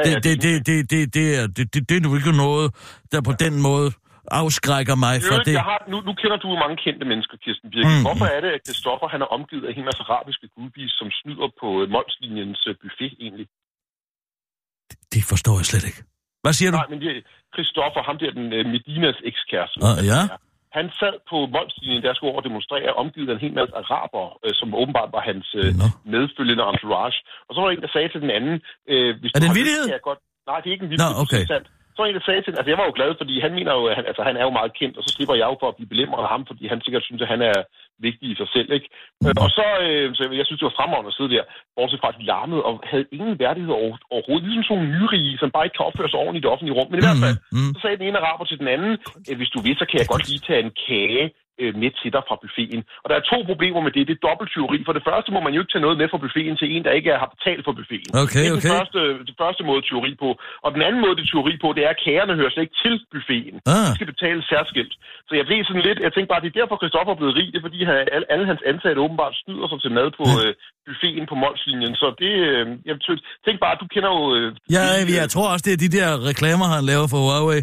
er nu ikke noget, der på den måde afskrækker mig for det. Nu kender du jo mange kendte mennesker, Kirsten Birgit. Hvorfor er det, at Christoffer, han er omgivet af en hel masse arabiske gudbis, som snyder på Molslinjens buffet egentlig? Det forstår jeg slet ikke. Hvad siger du? Nej, men Christoffer, ham der den Medinas ekskæreste. Ja? Han sad på Molslinjen, der skulle over demonstrere, omgivet af en hel masse araber, som åbenbart var hans medfølgende entourage. Og så var der en, der sagde til den anden... er det en vittighed? Nej, det er ikke en vittighed. Okay. Så var en, der sagde til den... Altså, jeg var jo glad, fordi han mener jo, at han er jo meget kendt, og så slipper jeg jo for at blive belemret af ham, fordi han sikkert synes, at han er vigtig i sig selv, ikke? Og så jeg synes, det var fremragende at sidde der, bortset fra, at de larmede og havde ingen værdighed overhovedet. Ligesom sådan nogle nyrige, som bare ikke kan opføre sig ordentligt i det offentlige rum. Men i hvert fald, så sagde den ene araber til den anden, hvis du vil, så kan jeg godt lige tage en kage med til dig fra buffeten. Og der er 2 problemer med det. Det er dobbelttyveri. For det første må man jo ikke tage noget med fra buffeten til en, der ikke har betalt for buffeten. Okay. Det er den første måde tyveri på. Og den anden måde, det tyveri på, det er, at kagerne hører slet ikke til buffeten. De skal betale særskilt. Så jeg blev sådan lidt... Jeg tænkte bare, det er derfor, Christoffer er blevet rig. Det er, fordi alle hans ansatte åbenbart snyder sig til mad på buffeten på Molslinjen. Så det... jeg tænkte bare, du kender jo... jeg tror også, det er de der reklamer, han laver for Huawei.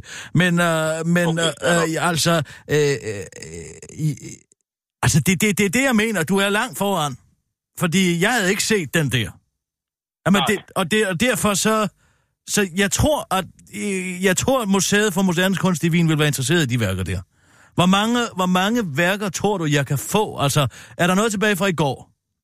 Altså, det er det, jeg mener. Du er langt foran. Fordi jeg havde ikke set den der. Jamen, og derfor så jeg tror, at Museet for Moderne Kunst i Wien vil være interesseret i de værker der. Hvor mange værker tror du, jeg kan få? Altså, er der noget tilbage fra i går?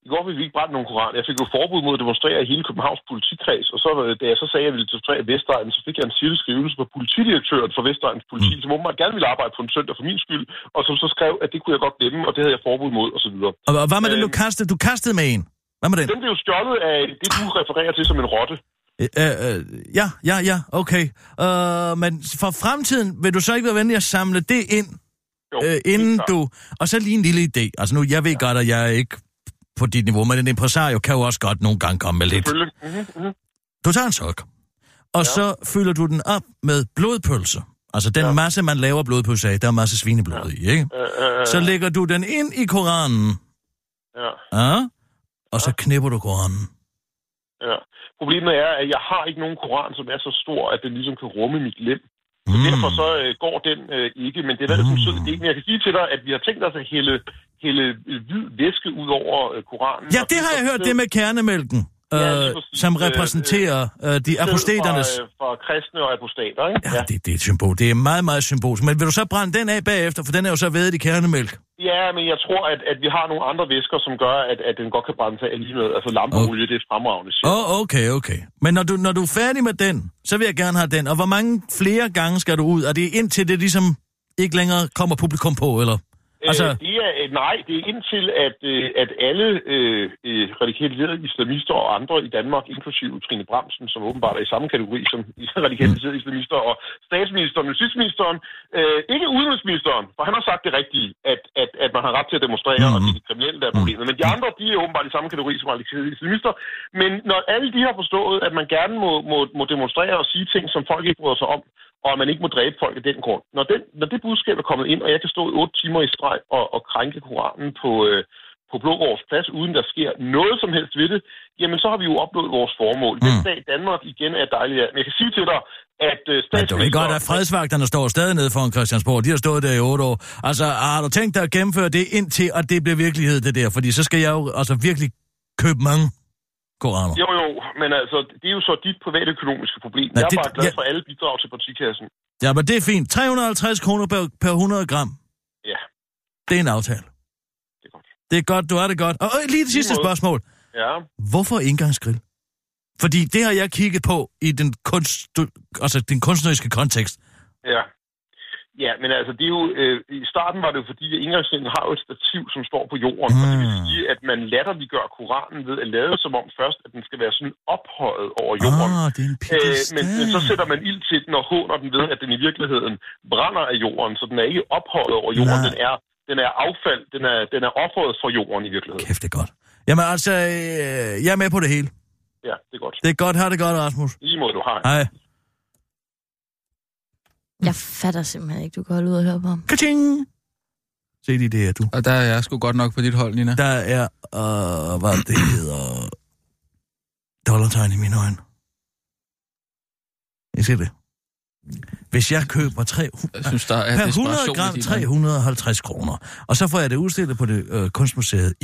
I går ville vi ikke brænde nogen koran. Jeg fik jo forbud mod at demonstrere i hele Københavns politikreds, og så, da jeg så sagde, at jeg ville demonstrere i Vestegnen, så fik jeg en sirlig skrivelse fra politidirektøren for Vestegnens politi, som åbenbart gerne ville arbejde på en søndag for min skyld, og som så skrev, at det kunne jeg godt glemme, og det havde jeg forbud mod, og så videre. Og hvad med den, du kastede? Du kastede med en? Hvad med den? Den blev jo stjålet af det, du refererer til som en rotte. Ja, okay. Men for fremtiden vil du så ikke være venlig at samle det ind, inden du... Og så lige en lille idé. Altså nu, jeg ved godt, at jeg er ikke på dit niveau, men en impresario kan jo også godt nogle gange komme med lidt. Du tager en sok, og så fylder du den op med blodpølse. Altså den masse, man laver blodpølse af, der er masse svineblod i, ikke? Så lægger du den ind i Koranen. Og så knipper du Koranen. Ja. Problemet er, at jeg har ikke nogen koran, som er så stor, at den ligesom kan rumme mit lem. Så derfor så går den ikke, men det er været som sød idé. Men jeg kan sige til dig, at vi har tænkt os at hælde hvid væske ud over koranen. Ja, det har jeg hørt, det med kernemælken, som repræsenterer de apostaternes... For kristne og apostater, ikke? Ja, det er et symbol. Det er meget, meget symbolsk. Men vil du så brænde den af bagefter, for den er jo så vædet i kernemælk? Ja, men jeg tror, at vi har nogle andre væsker, som gør, at den godt kan brænde sig alligevel. Altså lampeolie, det er fremragende. Okay. Men når du er færdig med den, så vil jeg gerne have den. Og hvor mange flere gange skal du ud? Er det indtil det ligesom ikke længere kommer publikum på, eller? Altså... Det er indtil, at alle radikaliserede islamister og andre i Danmark, inklusive Trine Bramsen, som åbenbart er i samme kategori som radikaliserede islamister, og statsministeren, justitsministeren, ikke udenrigsministeren, for han har sagt det rigtige, at man har ret til at demonstrere, og det er de kriminelle, der er problemet. Men de andre, de er åbenbart i samme kategori som radikaliserede islamister. Men når alle de har forstået, at man gerne må demonstrere og sige ting, som folk ikke bryder sig om, og at man ikke må dræbe folk af den grund. Når det budskab er kommet ind, og jeg kan stå i 8 timer i streg og krænke Koranen på Blågårds Plads, uden der sker noget som helst ved det, jamen så har vi jo opnået vores formål. Den dag i Danmark igen er dejligt. Men jeg kan sige til dig, at men du ved godt, at fredsvagterne står stadig nede foran Christiansborg. De har stået der i 8 år. Altså, har du tænkt dig at gennemføre det indtil, at det bliver virkelighed, det der? Fordi så skal jeg jo altså virkelig købe mange koraner. Jo, men altså, det er jo så dit private økonomiske problem. Jeg er bare glad for alle bidrag til partikassen. Ja, men det er fint. 350 kroner per 100 gram. Ja. Det er en aftale. Det er godt. Det er godt, du har det godt. Og lige det sidste spørgsmål. Ja. Hvorfor indgangsgrill? Fordi det har jeg kigget på i den kunstneriske kontekst. Ja. Ja, men altså, det er jo, i starten var det jo fordi, at indgangsgrillen har jo et stativ, som står på jorden. Og det vil sige, at man latterliggør Koranen ved at lade som om først, at den skal være sådan ophøjet over jorden. Det er en men så sætter man ild til den og håner den ved, at den i virkeligheden brænder af jorden. Så den er ikke ophøjet over jorden, den er affald, den er ophøjet for jorden i virkeligheden. Kæft, det er godt. Jamen altså, jeg er med på det hele. Ja, det er godt. Det er godt, har det godt, Rasmus. Lige måde, du har. Hej. Jeg fatter simpelthen ikke, du kan holde ud og høre på ham. Ka-ching! Se de det, du. Og der er jeg sgu godt nok på dit hold, Nina. Der er, hvad det hedder, dollartegn i mine øjne. Jeg ser det. Hvis jeg køber 100 gram 350 kroner, og så får jeg det udstillet på det kunstmuseet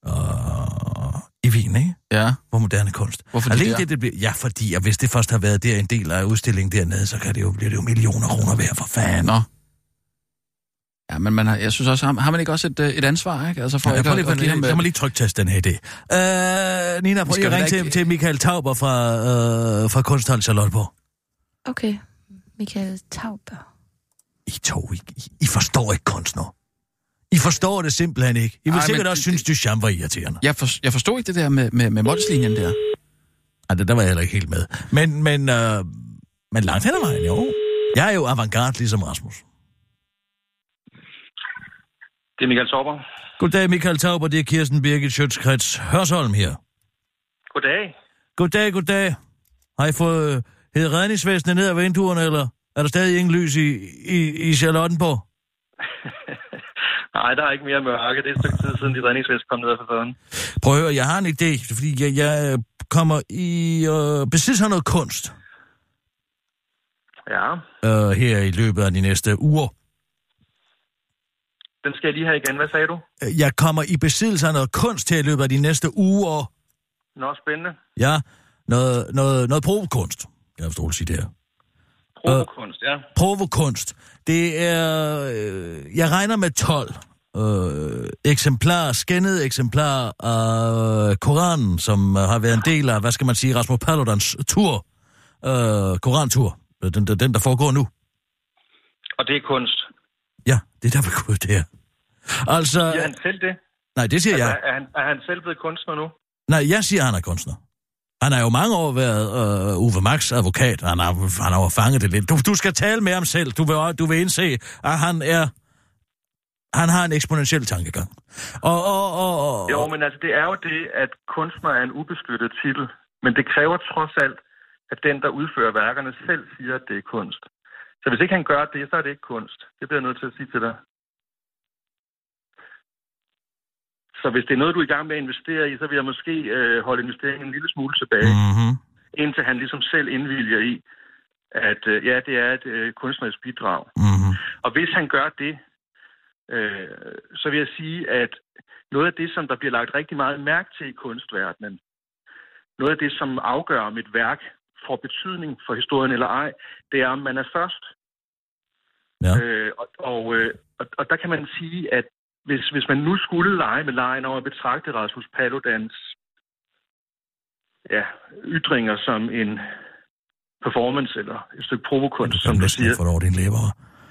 i Wien, ikke? Ja. Hvor moderne kunst. Hvorfor det bliver? Ja, fordi hvis det først har været der en del af udstillingen dernede, så kan det jo blive millioner kroner værd for fanden. Nå. Ja, men jeg synes også, har man ikke også et ansvar, ikke? Altså for ja, jeg må lige trykteste den her idé. Nina, prøv lige at ringe til Michael Tauber fra Kunsthal Charlotteborg. Okay, Michael Tauber. I forstår ikke kunstner. I forstår det simpelthen ikke. I vil sikkert også synes, Duchamp var irriterende. Jeg forstod ikke det der med Mols-linjen der. Ej, der var jeg heller ikke helt med. Men langt hen ad vejen, jo. Jeg er jo avantgarde, ligesom Rasmus. Det er Michael Tauber. Goddag, Michael Tauber. Det er Kirsten Birgit Schøtz-Krets Hørsholm her. Goddag. Goddag. Har I fået redningsvæsenet ned ad vinduerne, eller er der stadig ingen lys i Charlottenborg? Nej, der er ikke mere mørke. Det er et stykke tid siden, de redningsvæsen kom ned ad facaden. Prøv at høre, jeg har en idé, fordi jeg kommer i besiddelse af noget kunst. Ja. Her i løbet af de næste uger. Den skal jeg lige have igen. Hvad sagde du? Jeg kommer i besiddelse af noget kunst her i løbet af de næste uger. Nå, spændende. Ja, noget provokunst. Jeg forstår at sige det her. Provokunst, ja. Provokunst. Det er... jeg regner med 12 skændet eksemplar af Koranen, som har været en del af, hvad skal man sige, Rasmus Paludans tur, Korantur, den der foregår nu. Og det er kunst? Ja, det er der vel gud, det er. Altså... Siger han selv det? Nej, det siger jeg. Er han selv blevet kunstner nu? Nej, jeg siger, han er kunstner. Han har jo mange år været Uwe Max advokat. Han har jo fanget det lidt. Du skal tale med ham selv. Du vil indse, at han har en eksponentiel tankegang. Jo, men altså, det er jo det, at kunstner er en ubeskyttet titel. Men det kræver trods alt, at den, der udfører værkerne, selv siger, at det er kunst. Så hvis ikke han gør det, så er det ikke kunst. Det bliver jeg nødt til at sige til dig. Så hvis det er noget, du er i gang med at investere i, så vil jeg måske holde investeringen en lille smule tilbage. Mm-hmm. Indtil han ligesom selv indvilger i, at ja, det er et kunstnerisk bidrag. Mm-hmm. Og hvis han gør det, så vil jeg sige, at noget af det, som der bliver lagt rigtig meget mærke til i kunstverdenen, noget af det, som afgør, om et værk får betydning for historien eller ej, det er, om man er først. Ja. Og der kan man sige, at hvis man nu skulle lege med lejen over at betragte Rasmus Paludans ytringer som en performance eller et stykke provokunst, som du siger. For over din læber.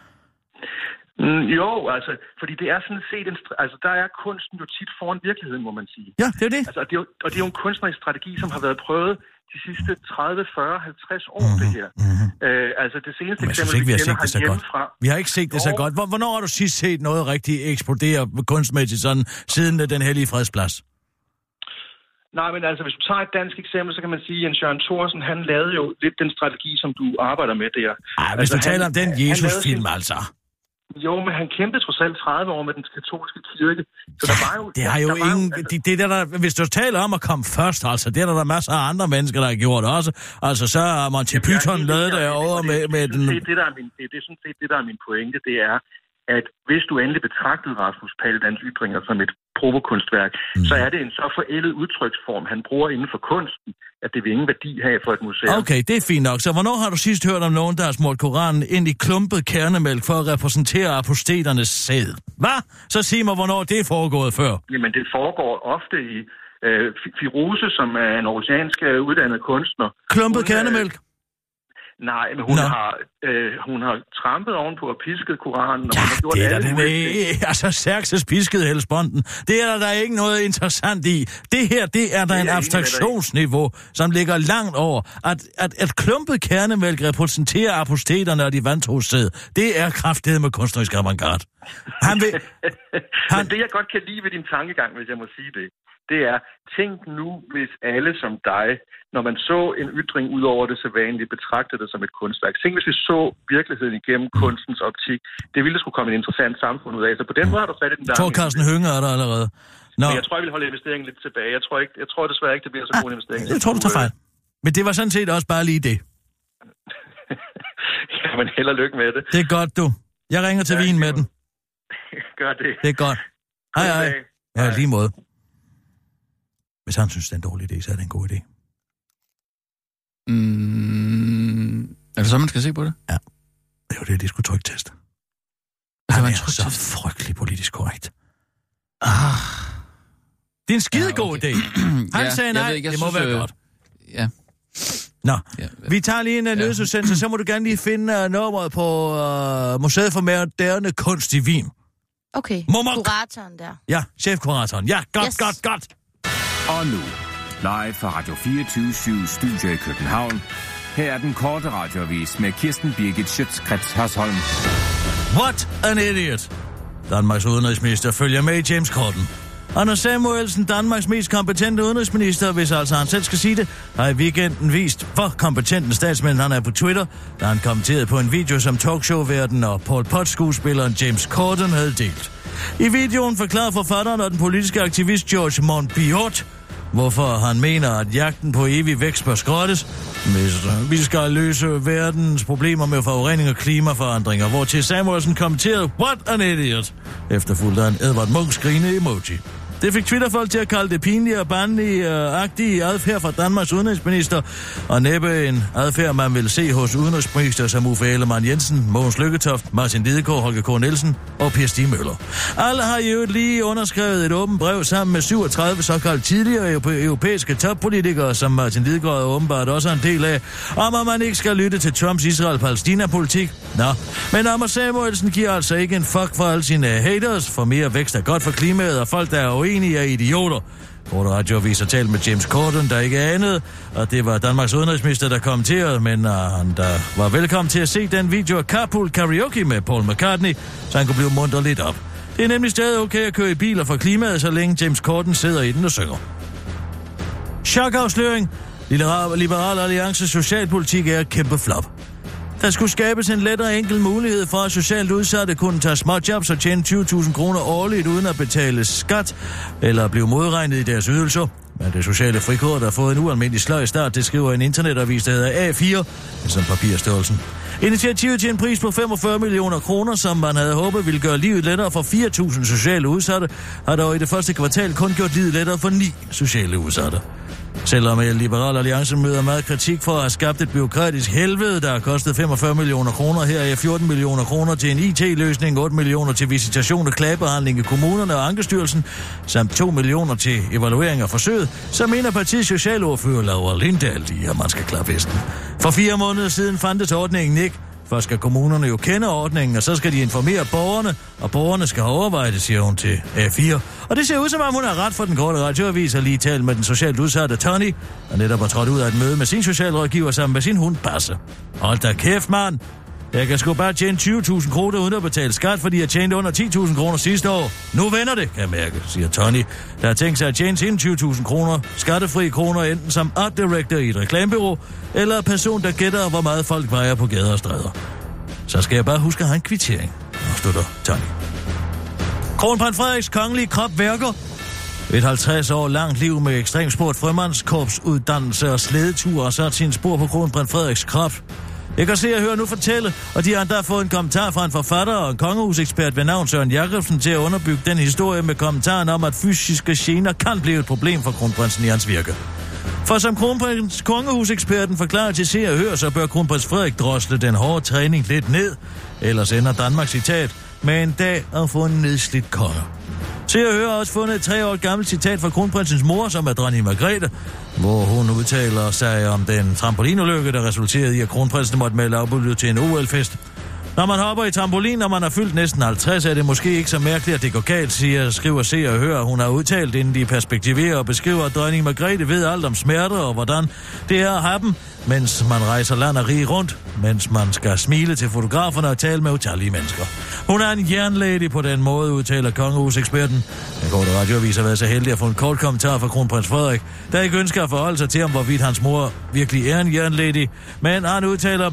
Jo, altså, fordi det er sådan set der er kunsten jo tit foran virkeligheden, må man sige. Ja, det er det. Altså, og det er jo en kunstnerisk strategi, som har været prøvet de sidste 30, 40, 50 år, det her. Altså, det seneste eksempel, vi kender herhjemmefra. Vi har ikke set det så godt. Hvornår har du sidst set noget rigtig eksplodere kunstmæssigt sådan, siden den hellige fredsplads? Nej, men altså, hvis du tager et dansk eksempel, så kan man sige, at Jens Jørgen Thorsen, han lavede jo lidt den strategi, som du arbejder med der. Ej, hvis du taler om den Jesus-film, altså. Jo, men han kæmpede trods alt 30 år med den katolske kirke. Så der var jo... Det har jo ingen... hvis du taler om at komme først, altså, det er der masser af andre mennesker, der har gjort også. Altså, så har Monty Python lavet derovre med den... Det er sådan set det, der er min pointe, det er, at hvis du endelig betragtede Rasmus Paludans ytringer som et provokunstværk, så er det en så forældet udtryksform, han bruger inden for kunsten, at det vil ingen værdi have for et museum. Okay, det er fint nok. Så hvornår har du sidst hørt om nogen, der har smurt Koranen ind i klumpet kærnemælk for at repræsentere aposteternes sæd? Hvad? Så sig mig, hvornår det er foregået før. Jamen, det foregår ofte i Firoze, som er en oceansk uddannet kunstner. Klumpet kærnemælk? Nej, men hun har trampet ovenpå og pisket Koranen. Og ja, hun har gjort det er det. Altså, Xerxes piskede Hellesponten. Det er der ikke noget interessant i. Det her, det er der en abstraktionsniveau, som ligger langt over. At klumpet kærnemælk repræsenterer aposteterne og de vantros sæd, det er kraftedeme med kunstnerisk avantgarde. Men det, jeg godt kan lide ved din tankegang, hvis jeg må sige det er, tænk nu, hvis alle som dig, når man så en ytring ud over det sædvanlige, betragtede det som et kunstværk. Tænk, hvis vi så virkeligheden igennem kunstens optik. Det ville skulle komme en interessant samfund ud af. Så på den måde har du fat i den der... Torkarsten Hønge er der allerede. Men jeg tror, jeg vil holde investeringen lidt tilbage. Jeg tror desværre ikke, det bliver så god investering. Jeg tror, du tager fejl. Men det var sådan set også bare lige det. Jamen, held og lykke med det. Det er godt, du. Jeg ringer til Wien med den. Gør det. Det er godt. Hej. Ja, lige måde. Hvis han synes, det er en dårlig idé, så er det en god idé. Er det så, man skal se på det? Ja. Det er jo det, de skulle trykteste. Han er så frygtelig politisk korrekt. Det er en skidegod idé. Han sagde nej, det må være godt. Ja. Nå, vi tager lige en nyhedsudsendelse, så må du gerne lige finde nummeret på Museet for Moderne Kunst i Wien. Okay, kuratoren der. Ja, chefkuratoren. Ja, godt. Og nu, live fra Radio 24/7 Studio i København. Her er den korte radioavis med Kirsten Birgit Schøtz-Krets Hørsholm. What an idiot! Danmarks udenrigsminister følger med i James Corden. Anders Samuelsen, Danmarks mest kompetente udenrigsminister, hvis altså han selv skal sige det, har i weekenden vist, hvor kompetent en statsmand han er på Twitter, da han kommenterede på en video, som talkshow-værten og Paul Potts-skuespilleren James Corden havde delt. I videoen forklarer forfatteren og den politiske aktivist George Monbiot, hvorfor han mener, at jagten på evig vækst bør skrottes, hvis vi skal løse verdens problemer med forurening og klimaforandringer, hvortil Samuelsen kommenterede, what an idiot, efterfulgt af en Edvard Munch-skrigende emoji. Det fik Twitter-folk til at kalde det pinlige og barnlige-agtige adfærd fra Danmarks udenrigsminister, og næppe en adfærd, man vil se hos udenrigsminister som Uffe Ellemann Jensen, Mogens Lykketoft, Martin Lidegaard, Holger K. Nielsen og Per Stig Møller. Alle har jo lige underskrevet et åbent brev sammen med 37 såkaldt tidligere europæiske toppolitikere, som Martin Lidegaard åbenbart også er en del af, om at man ikke skal lytte til Trumps Israel-Palæstina-politik. Nå, men Anders Samuelsen giver altså ikke en fuck for alle sine haters, for mere vækst er godt for klimaet, og folk, der er uenige, er idioter. Korte radioavis har talt med James Corden, der ikke anede, og det var Danmarks udenrigsminister, der kommenterede, men han der var velkommen til at se den video af Carpool Karaoke med Paul McCartney, så han kunne blive muntret lidt op. Det er nemlig stadig okay at køre i biler for klimaet, så længe James Corden sidder i den og synger. Chokafsløring. Liberal Alliances socialpolitik er et kæmpe flop. Der skulle skabes en let og enkel mulighed for, at socialt udsatte kunne tage småjobs og tjene 20.000 kroner årligt uden at betale skat eller blive modregnet i deres ydelser. Men det sociale frikort har fået en ualmindelig sløj start, det skriver en internetavis, der hedder A4, som papirstørrelsen. Initiativet til en pris på 45 millioner kroner, som man havde håbet ville gøre livet lettere for 4.000 sociale udsatte, har dog i det første kvartal kun gjort livet lettere for 9 sociale udsatte. Selvom Liberal Alliance møder meget kritik for at have skabt et byråkratisk helvede, der har kostet 45 millioner kroner, her er 14 millioner kroner til en IT-løsning, 8 millioner til visitation og klagebehandling i kommunerne og Ankestyrelsen, samt 2 millioner til evaluering af forsøget, så mener partiets socialordfører Laura Lindahl, at man skal klare festen. For 4 måneder siden fandtes ordningen ikke. Først skal kommunerne jo kende ordningen, og så skal de informere borgerne, og borgerne skal overveje det, siger hun til A4. Og det ser ud som om, hun har ret, for den korte radioavis har lige talt med den socialt udsatte Tony, og netop har trådt ud af et møde med sin socialrådgiver sammen med sin hund Basse. Hold da kæft, mand! Jeg kan sgu bare tjene 20.000 kroner uden at betale skat, fordi jeg tjente under 10.000 kroner sidste år. Nu vender det, kan jeg mærke, siger Tony, der har tænkt sig at tjene sine 20.000 kroner, skattefri kroner, enten som art director i et reklamebureau, eller person, der gætter, hvor meget folk vejer på gader og stræder. Så skal jeg bare huske at have en kvittering, afslutter Tony. Kronprins Frederiks kongelige krop værker. Et 50 år langt liv med ekstremsport, frømandskorpsuddannelse og slædetur og sat sine spor på kronprins Frederiks krop. Jeg kan se og høre nu fortælle, og de har endda fået en kommentar fra en forfatter og en kongehusekspert ved navn Søren Jacobsen til at underbygge den historie med kommentaren om, at fysiske gener kan blive et problem for kronprinsen i hans virke. For som kongehuseksperten forklarer til Se og Hør, så bør kronprins Frederik drosle den hårde træning lidt ned, ellers ender Danmarks citat med en dag at få en nedslidt konge. Se og Hør har også fundet et 3 år gammelt citat fra kronprinsens mor, som er dronning Margrethe, hvor hun udtaler sig om den trampolinulykke, der resulterede i, at kronprinsen måtte melde afbud til en OL-fest. Når man hopper i trampolin, når man er fyldt næsten 50, er det måske ikke så mærkeligt, at det går galt, skriver Se og Hør. Hun har udtalt, inden de perspektiverer og beskriver, at dronning Margrethe ved alt om smerter og hvordan det er at have dem, mens man rejser land og rige rundt, mens man skal smile til fotograferne og tale med utallige mennesker. Hun er en jernlady på den måde, udtaler kongehuseksperten. Den korte radioavis har været så heldig at få en kort kommentar fra kronprins Frederik, der ikke ønsker at forholde sig til, om hvorvidt hans mor virkelig er en jernlady, men han udtaler: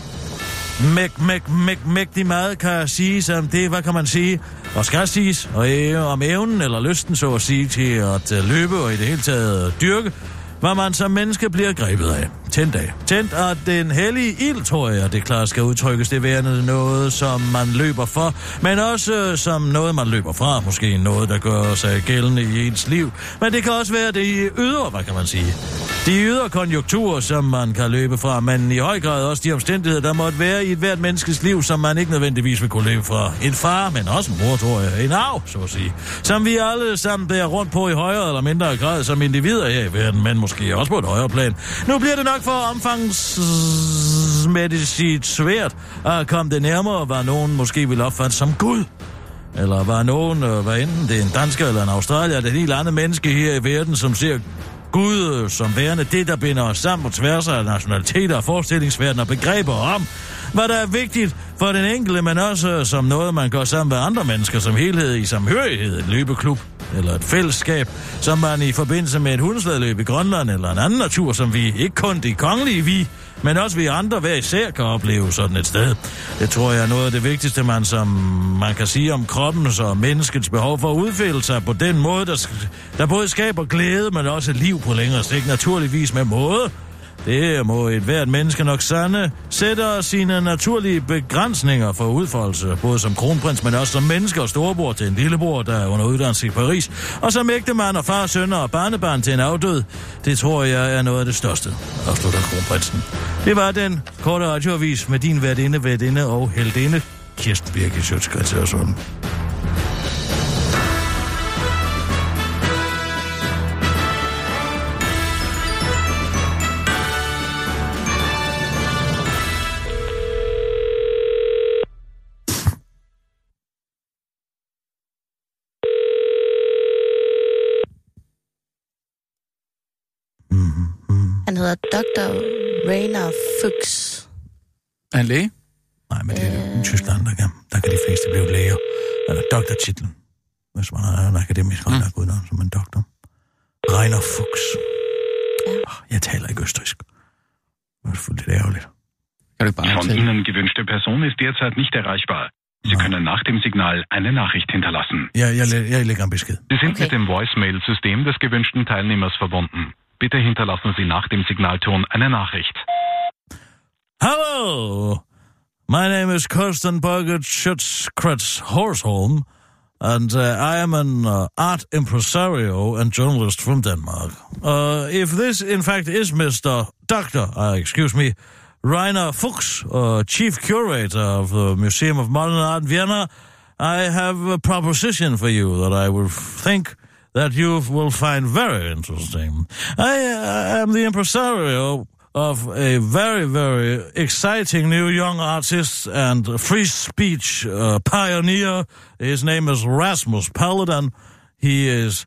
mægtig meget kan jeg sige som det, hvad kan man sige, og skal siges, og om evnen eller lysten, så at sige, til at løbe og i det hele taget dyrke, hvad man som menneske bliver grebet af. Tændt af den hellige ild, tror jeg, det klart skal udtrykkes. Det værende noget, som man løber for, men også som noget, man løber fra. Måske noget, der gør sig gældende i ens liv. Men det kan også være det ydre, hvad kan man sige. De ydre konjunkturer, som man kan løbe fra, men i høj grad også de omstændigheder, der måtte være i et hvert menneskes liv, som man ikke nødvendigvis vil kunne løbe fra. En far, men også en mor, tror jeg. En arv, så at sige. Som vi alle sammen bærer rundt på i højere eller mindre grad som individer her i verden, men måske også på et højere plan. Nu bliver det nok for omfangsmæssigt svært at komme det nærmere, hvad nogen måske vil opfatte som Gud. Eller hvad nogen, hvad enten det er en dansker eller en australier, det er et helt andet menneske her i verden, som ser Gud som værende det, der binder os sammen på tværs af nationaliteter og forestillingsverden og begreber om, hvad der er vigtigt for den enkelte, men også som noget, man gør sammen med andre mennesker som helhed i samhørighed, et løbeklub eller et fællesskab, som man i forbindelse med et hundeslædeløb i Grønland eller en anden natur, som vi ikke kun de kongelige vi, men også vi andre hver især kan opleve sådan et sted. Det tror jeg er noget af det vigtigste, man kan sige om kroppens og menneskets behov for at udfælde sig på den måde, der både skaber glæde, men også liv på længere sigt, naturligvis med måde. Det må et hvert menneske nok sande, sætter sine naturlige begrænsninger for udfoldelse, både som kronprins, men også som menneske og storebror til en lillebror, der er under uddannelse i Paris, og som ægtemand og far, sønner og barnebarn til en afdød. Det tror jeg er noget af det største, afslutter kronprinsen. Det var den korte radioavis med din værtinde og heldinde, Kirsten Birgit Schøtz Krets. Han hedder Dr. Rainer Fuchs. Er han læge? Nej, men det er i Tyskland, der kan de fleste blive læger. Eller doktortitlen, hvis man har en akademisk håndværk uddannelse som en doktor. Rainer Fuchs. Ja. Jeg taler ikke østrigsk. Det er selvfølgelig lidt ærgerligt. Von Ihnen gewünschte Person ist derzeit nicht erreichbar. Sie können nach dem Signal eine Nachricht hinterlassen. Ja, jeg lægger en besked. Sie sind mit dem Voicemail-System des gewünschten Teilnehmers verbunden. Bitte hinterlassen Sie nach dem Signalton eine Nachricht. Hello! My name is Kirsten Birgit Schütz-Krets-Horsholm, and I am an art impresario and journalist from Denmark. If this, in fact, is Mr. Rainer Fuchs, chief curator of the Museum of Modern Art in Vienna, I have a proposition for you that I would think that you will find very interesting. I am the impresario of a very, very exciting new young artist and free speech pioneer. His name is Rasmus Paludan. He is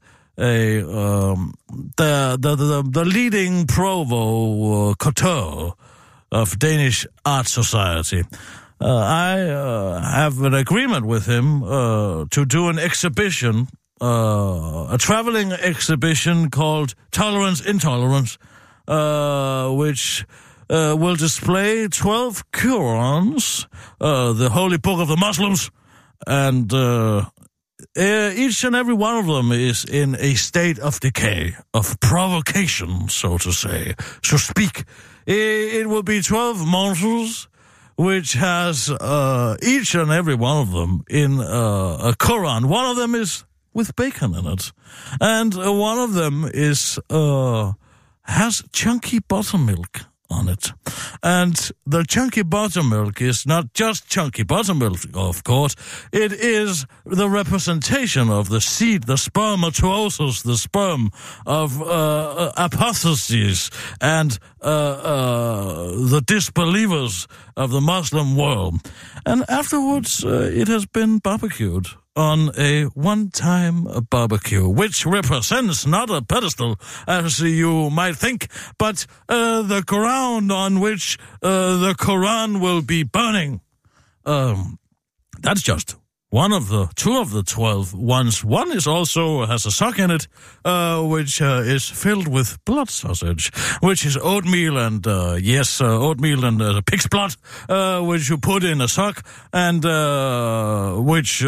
the leading provocateur of Danish Art Society. I have an agreement with him to do an exhibition, a traveling exhibition called Tolerance Intolerance, which will display 12 Qurans, the holy book of the Muslims, and each and every one of them is in a state of decay, of provocation, so to speak. It will be 12 monsters, which has each and every one of them in a Quran. One of them is with bacon in it, and one of them is has chunky buttermilk on it. And the chunky buttermilk is not just chunky buttermilk, of course. It is the representation of the seed, the spermatosis, the sperm of apostates and the disbelievers of the Muslim world. And afterwards, it has been barbecued on a one-time barbecue, which represents not a pedestal, as you might think, but the ground on which the Quran will be burning. That's just two of the 12 ones. One is also has a sock in it, which is filled with blood sausage, which is oatmeal and oatmeal and pig's blood, which you put in a sock, and which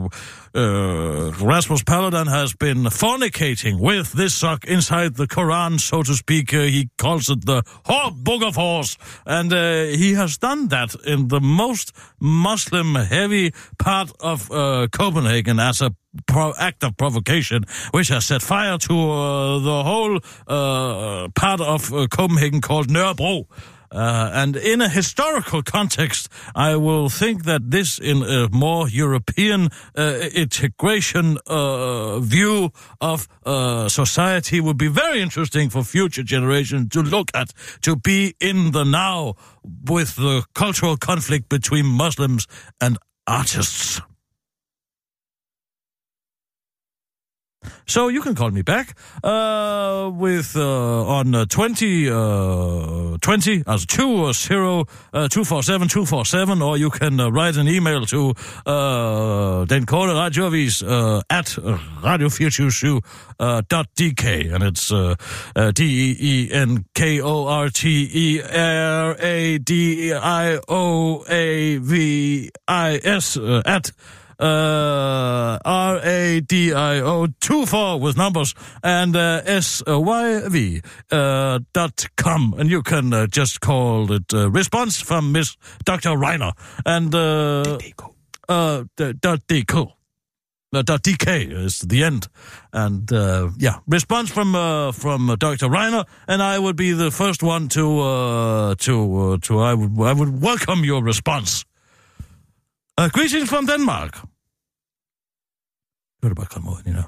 Rasmus Paludan has been fornicating with this sock inside the Quran, so to speak. He calls it the Book of Horse, and he has done that in the most Muslim-heavy part of Copenhagen as a act of provocation, which has set fire to the whole part of Copenhagen called Nørrebro. And in a historical context, I will think that this, in a more European integration view of society, would be very interesting for future generations to look at, to be in the now with the cultural conflict between Muslims and artists. So you can call me back with on 20 as 247, or you can write an email to Den Korte Radioavis at radio247.dk, and it's DENKORTERADIOAVIS at radio24 with numbers and syv.com, and you can just call it response from Miss Dr. Reiner and .dk. .dk is the end, and response from Dr. Reiner, and I would be the first one to I would welcome your response. Greetings from Denmark. Det var det bare komme ud, Nina.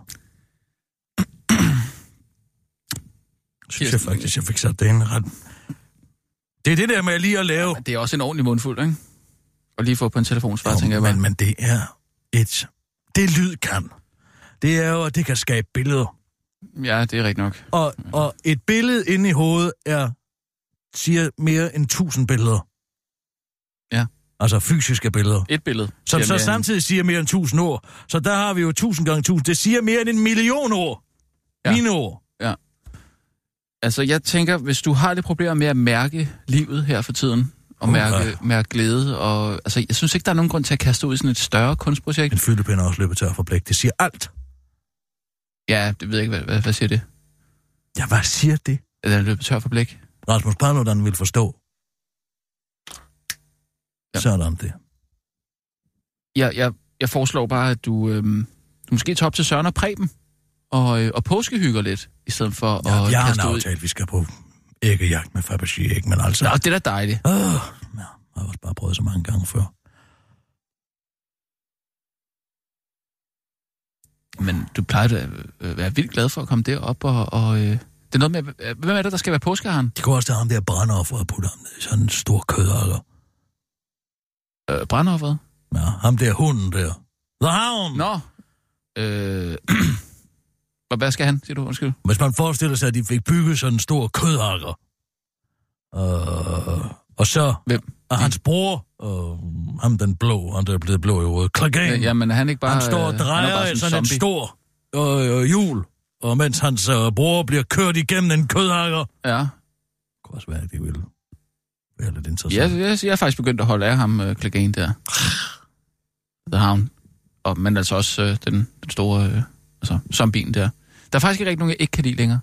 Synes jeg faktisk, jeg fik sat det ind ret. Det er det der med lige at lave. Ja, det er også en ordentlig mundfuld, ikke? Og lige få på en telefonsvar, tænker jeg bare. Men det er det lyd kan. Det er jo, at det kan skabe billeder. Ja, det er rigtigt nok. Og et billede inde i hovedet siger mere end 1000 billeder. Ja. Altså fysiske billeder. Et billede. Som så samtidig siger mere end 1000 ord. Så der har vi jo 1000 gange 1000. Det siger mere end 1 million ord. Ja. Mine ord. Ja. Altså, jeg tænker, hvis du har det problem med at mærke livet her for tiden, og mærke glæde, og altså, jeg synes ikke, der er nogen grund til at kaste ud i sådan et større kunstprojekt. En fyldepind er også løbet tør for blæk. Det siger alt. Ja, det ved jeg ikke, hvad siger det? Ja, hvad siger det? At den løbet tør for blæk. Rasmus Paludan vil forstå. Ja. Sådan det. Jeg foreslår bare, at du måske tager op til Søren og Preben, og påskehygger lidt, i stedet for at kaste ud. Jeg har en aftale, vi skal på æggejagt med Fabergé, ikke? Men altså... Nå, det er da dejligt. Ja, jeg har også bare prøvet så mange gange før. Men du plejer at være vildt glad for at komme derop, og det er noget med... Hvem er det, der skal være påskeharen? De kunne også tage ham der brandoffer og putte ham ned i sådan en stor kødhakker. Brandofferet? Ja, ham der hunden der. The Hound! Nå. Hvad skal han, siger du? Undskyld. Hvis man forestiller sig, at de fik bygget sådan en stor kødhakker. Og så... Hvem? Og hans bror, ham den blå, han der er blevet blå i hovedet. Klagan. Jamen, han ikke bare... Han står og drejer sådan en stor hjul, og mens hans bror bliver kørt igennem en kødhakker. Ja. Det kunne også være, at det ville være lidt interessant. Ja, jeg er faktisk begyndt at holde af ham, Klagan der. The Hound. Men altså også den store zombien der. Der er faktisk ikke rigtig nogen, jeg ikke kan lide længere.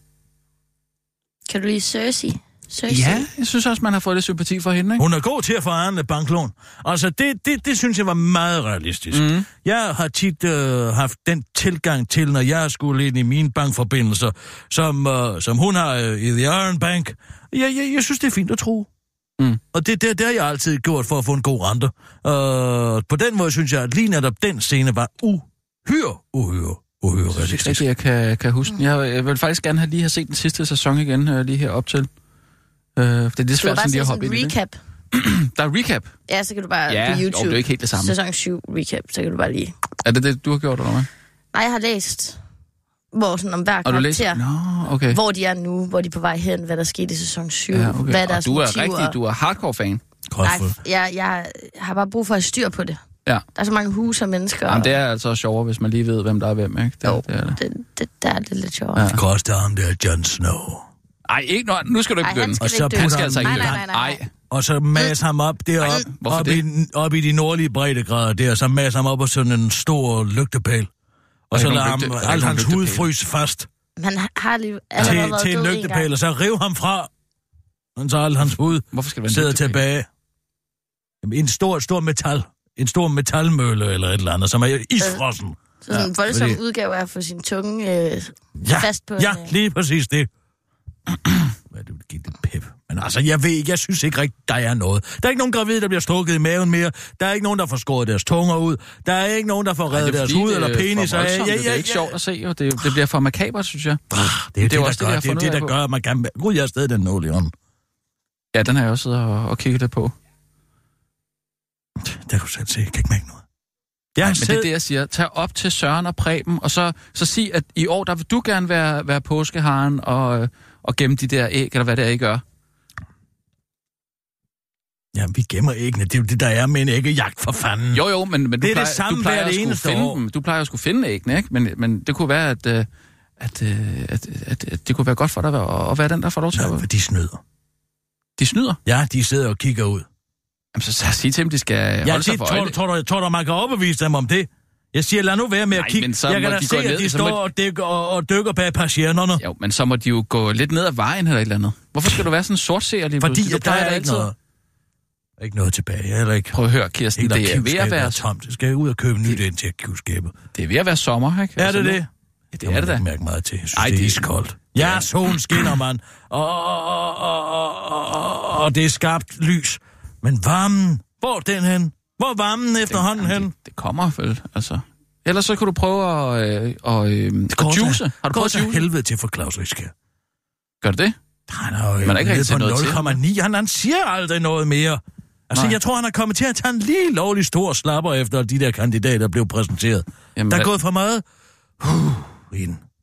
Kan du lide Cersei? Ja, jeg synes også, man har fået lidt sympati for hende, ikke? Hun er god til at forhandle banklån. Altså, det synes jeg var meget realistisk. Mm. Jeg har tit haft den tilgang til, når jeg skulle ind i mine bankforbindelser, som hun har i The Iron Bank. Jeg synes, det er fint at tro. Mm. Og det har jeg altid gjort for at få en god rente. På den måde synes jeg, at lige netop den scene var uhyre realistisk. Det er det, jeg kan huske. Jeg vil faktisk gerne have set den sidste sæson igen, lige her op til. Det er svært sådan lige at hoppe ind i det. Recap. Der er recap? Ja, så kan du bare på YouTube. Det er ikke helt det samme. Sæson 7 recap, så kan du bare lige... Er det det, du har gjort, eller hvad? Nej, jeg har læst, hvor sådan om hver karakter. Nå, okay. Hvor de er nu, hvor de er på vej hen, hvad der skete i sæson 7. Ja, okay. Hvad er deres motiver. Du er hardcore-fan. Nej, jeg har bare brug for at styr på det. Ja. Der er så mange huse og mennesker. Jamen, det er altså sjovere, hvis man lige ved, hvem der er hvem, ikke? Det er det lidt sjovere. Ja. Koster ham der Jon Snow. Ej, ikke nu skal du ikke begynde. Og så putter altså ikke nej. Og så maser ham op op i de nordlige breddegrader der, så maser ham op på sådan en stor lygtepæl. Og så lader ham alt hans hud fryse fast. Man har lige allerede været til en lygtepæl, og så riv ham fra. Så alt hans hud sidder tilbage. Jamen, en stor metalmølle eller et eller andet, som er isfrossen. Så sådan en voldsom udgave er for sin tunge fast på... Ja, lige præcis det. Hvad det vil give det pep. Men altså, jeg synes ikke rigtigt, der er noget. Der er ikke nogen gravide, der bliver strukket i maven mere. Der er ikke nogen, der får skåret deres tunger ud. Der er ikke nogen, der får reddet deres hud eller penis. Det er ikke sjovt at se, og det bliver for makabert, synes jeg. Det er også det, der gør, at man kan... Gud, jeg er stadig den nål i hånden. Ja, den har jeg også siddet og kigget lidt på. Der kan du selv se. Jeg kan ikke mærke noget. Men det er det, jeg siger. Tag op til Søren og Preben, og så sig, at i år, der vil du gerne være påskeharen og gemme de der æg, eller hvad det er, I gør. Ja, vi gemmer æggene. Det er jo det, der er med en æggejagt for fanden. Jo, men det er det samme hver det eneste år. Du plejer at skulle finde æggene, ikke? Men det kunne være, at det kunne være godt for dig at være den, der får lov til at... Ja, for de snyder. De snyder? Ja, de sidder og kigger ud. Jamen, så sig til dem, de skal holde sig for øjne. Tror du, man kan overbevise dem om det? Jeg siger, lad nu være med at kigge. Jeg kan da se, at de står og dykker bag patienterne. Jo, men så må de jo gå lidt ned ad vejen eller et eller andet. Hvorfor skal du være sådan en sortseer lige pludselig? Fordi der er ikke noget. Ikke noget tilbage, eller ikke? Prøv at høre, Kirsten, det er ved at være tomt. Så skal jeg ud og købe nyt ind til arkivskabet. Det er ved at være sommer, ikke? Er det det? Ja, det er det da. Jeg mærke meget til. Ej, det er iskoldt. Ja, solen skinner, mand. Og det er skarpt lys. Men varmen, hvor er den hen? Hvor er varmen efterhånden hen? Det kommer vel, altså. Ellers så kan du prøve at juice. Har du prøvet at juice? Helvede til for Claus Riske. Gør du det? Han er jo på 0,9. Han siger aldrig noget mere. Altså, jeg tror, han er kommet til at tage en lige lovlig stor slapper efter de der kandidater blev præsenteret. Jamen, der er gået for meget ind.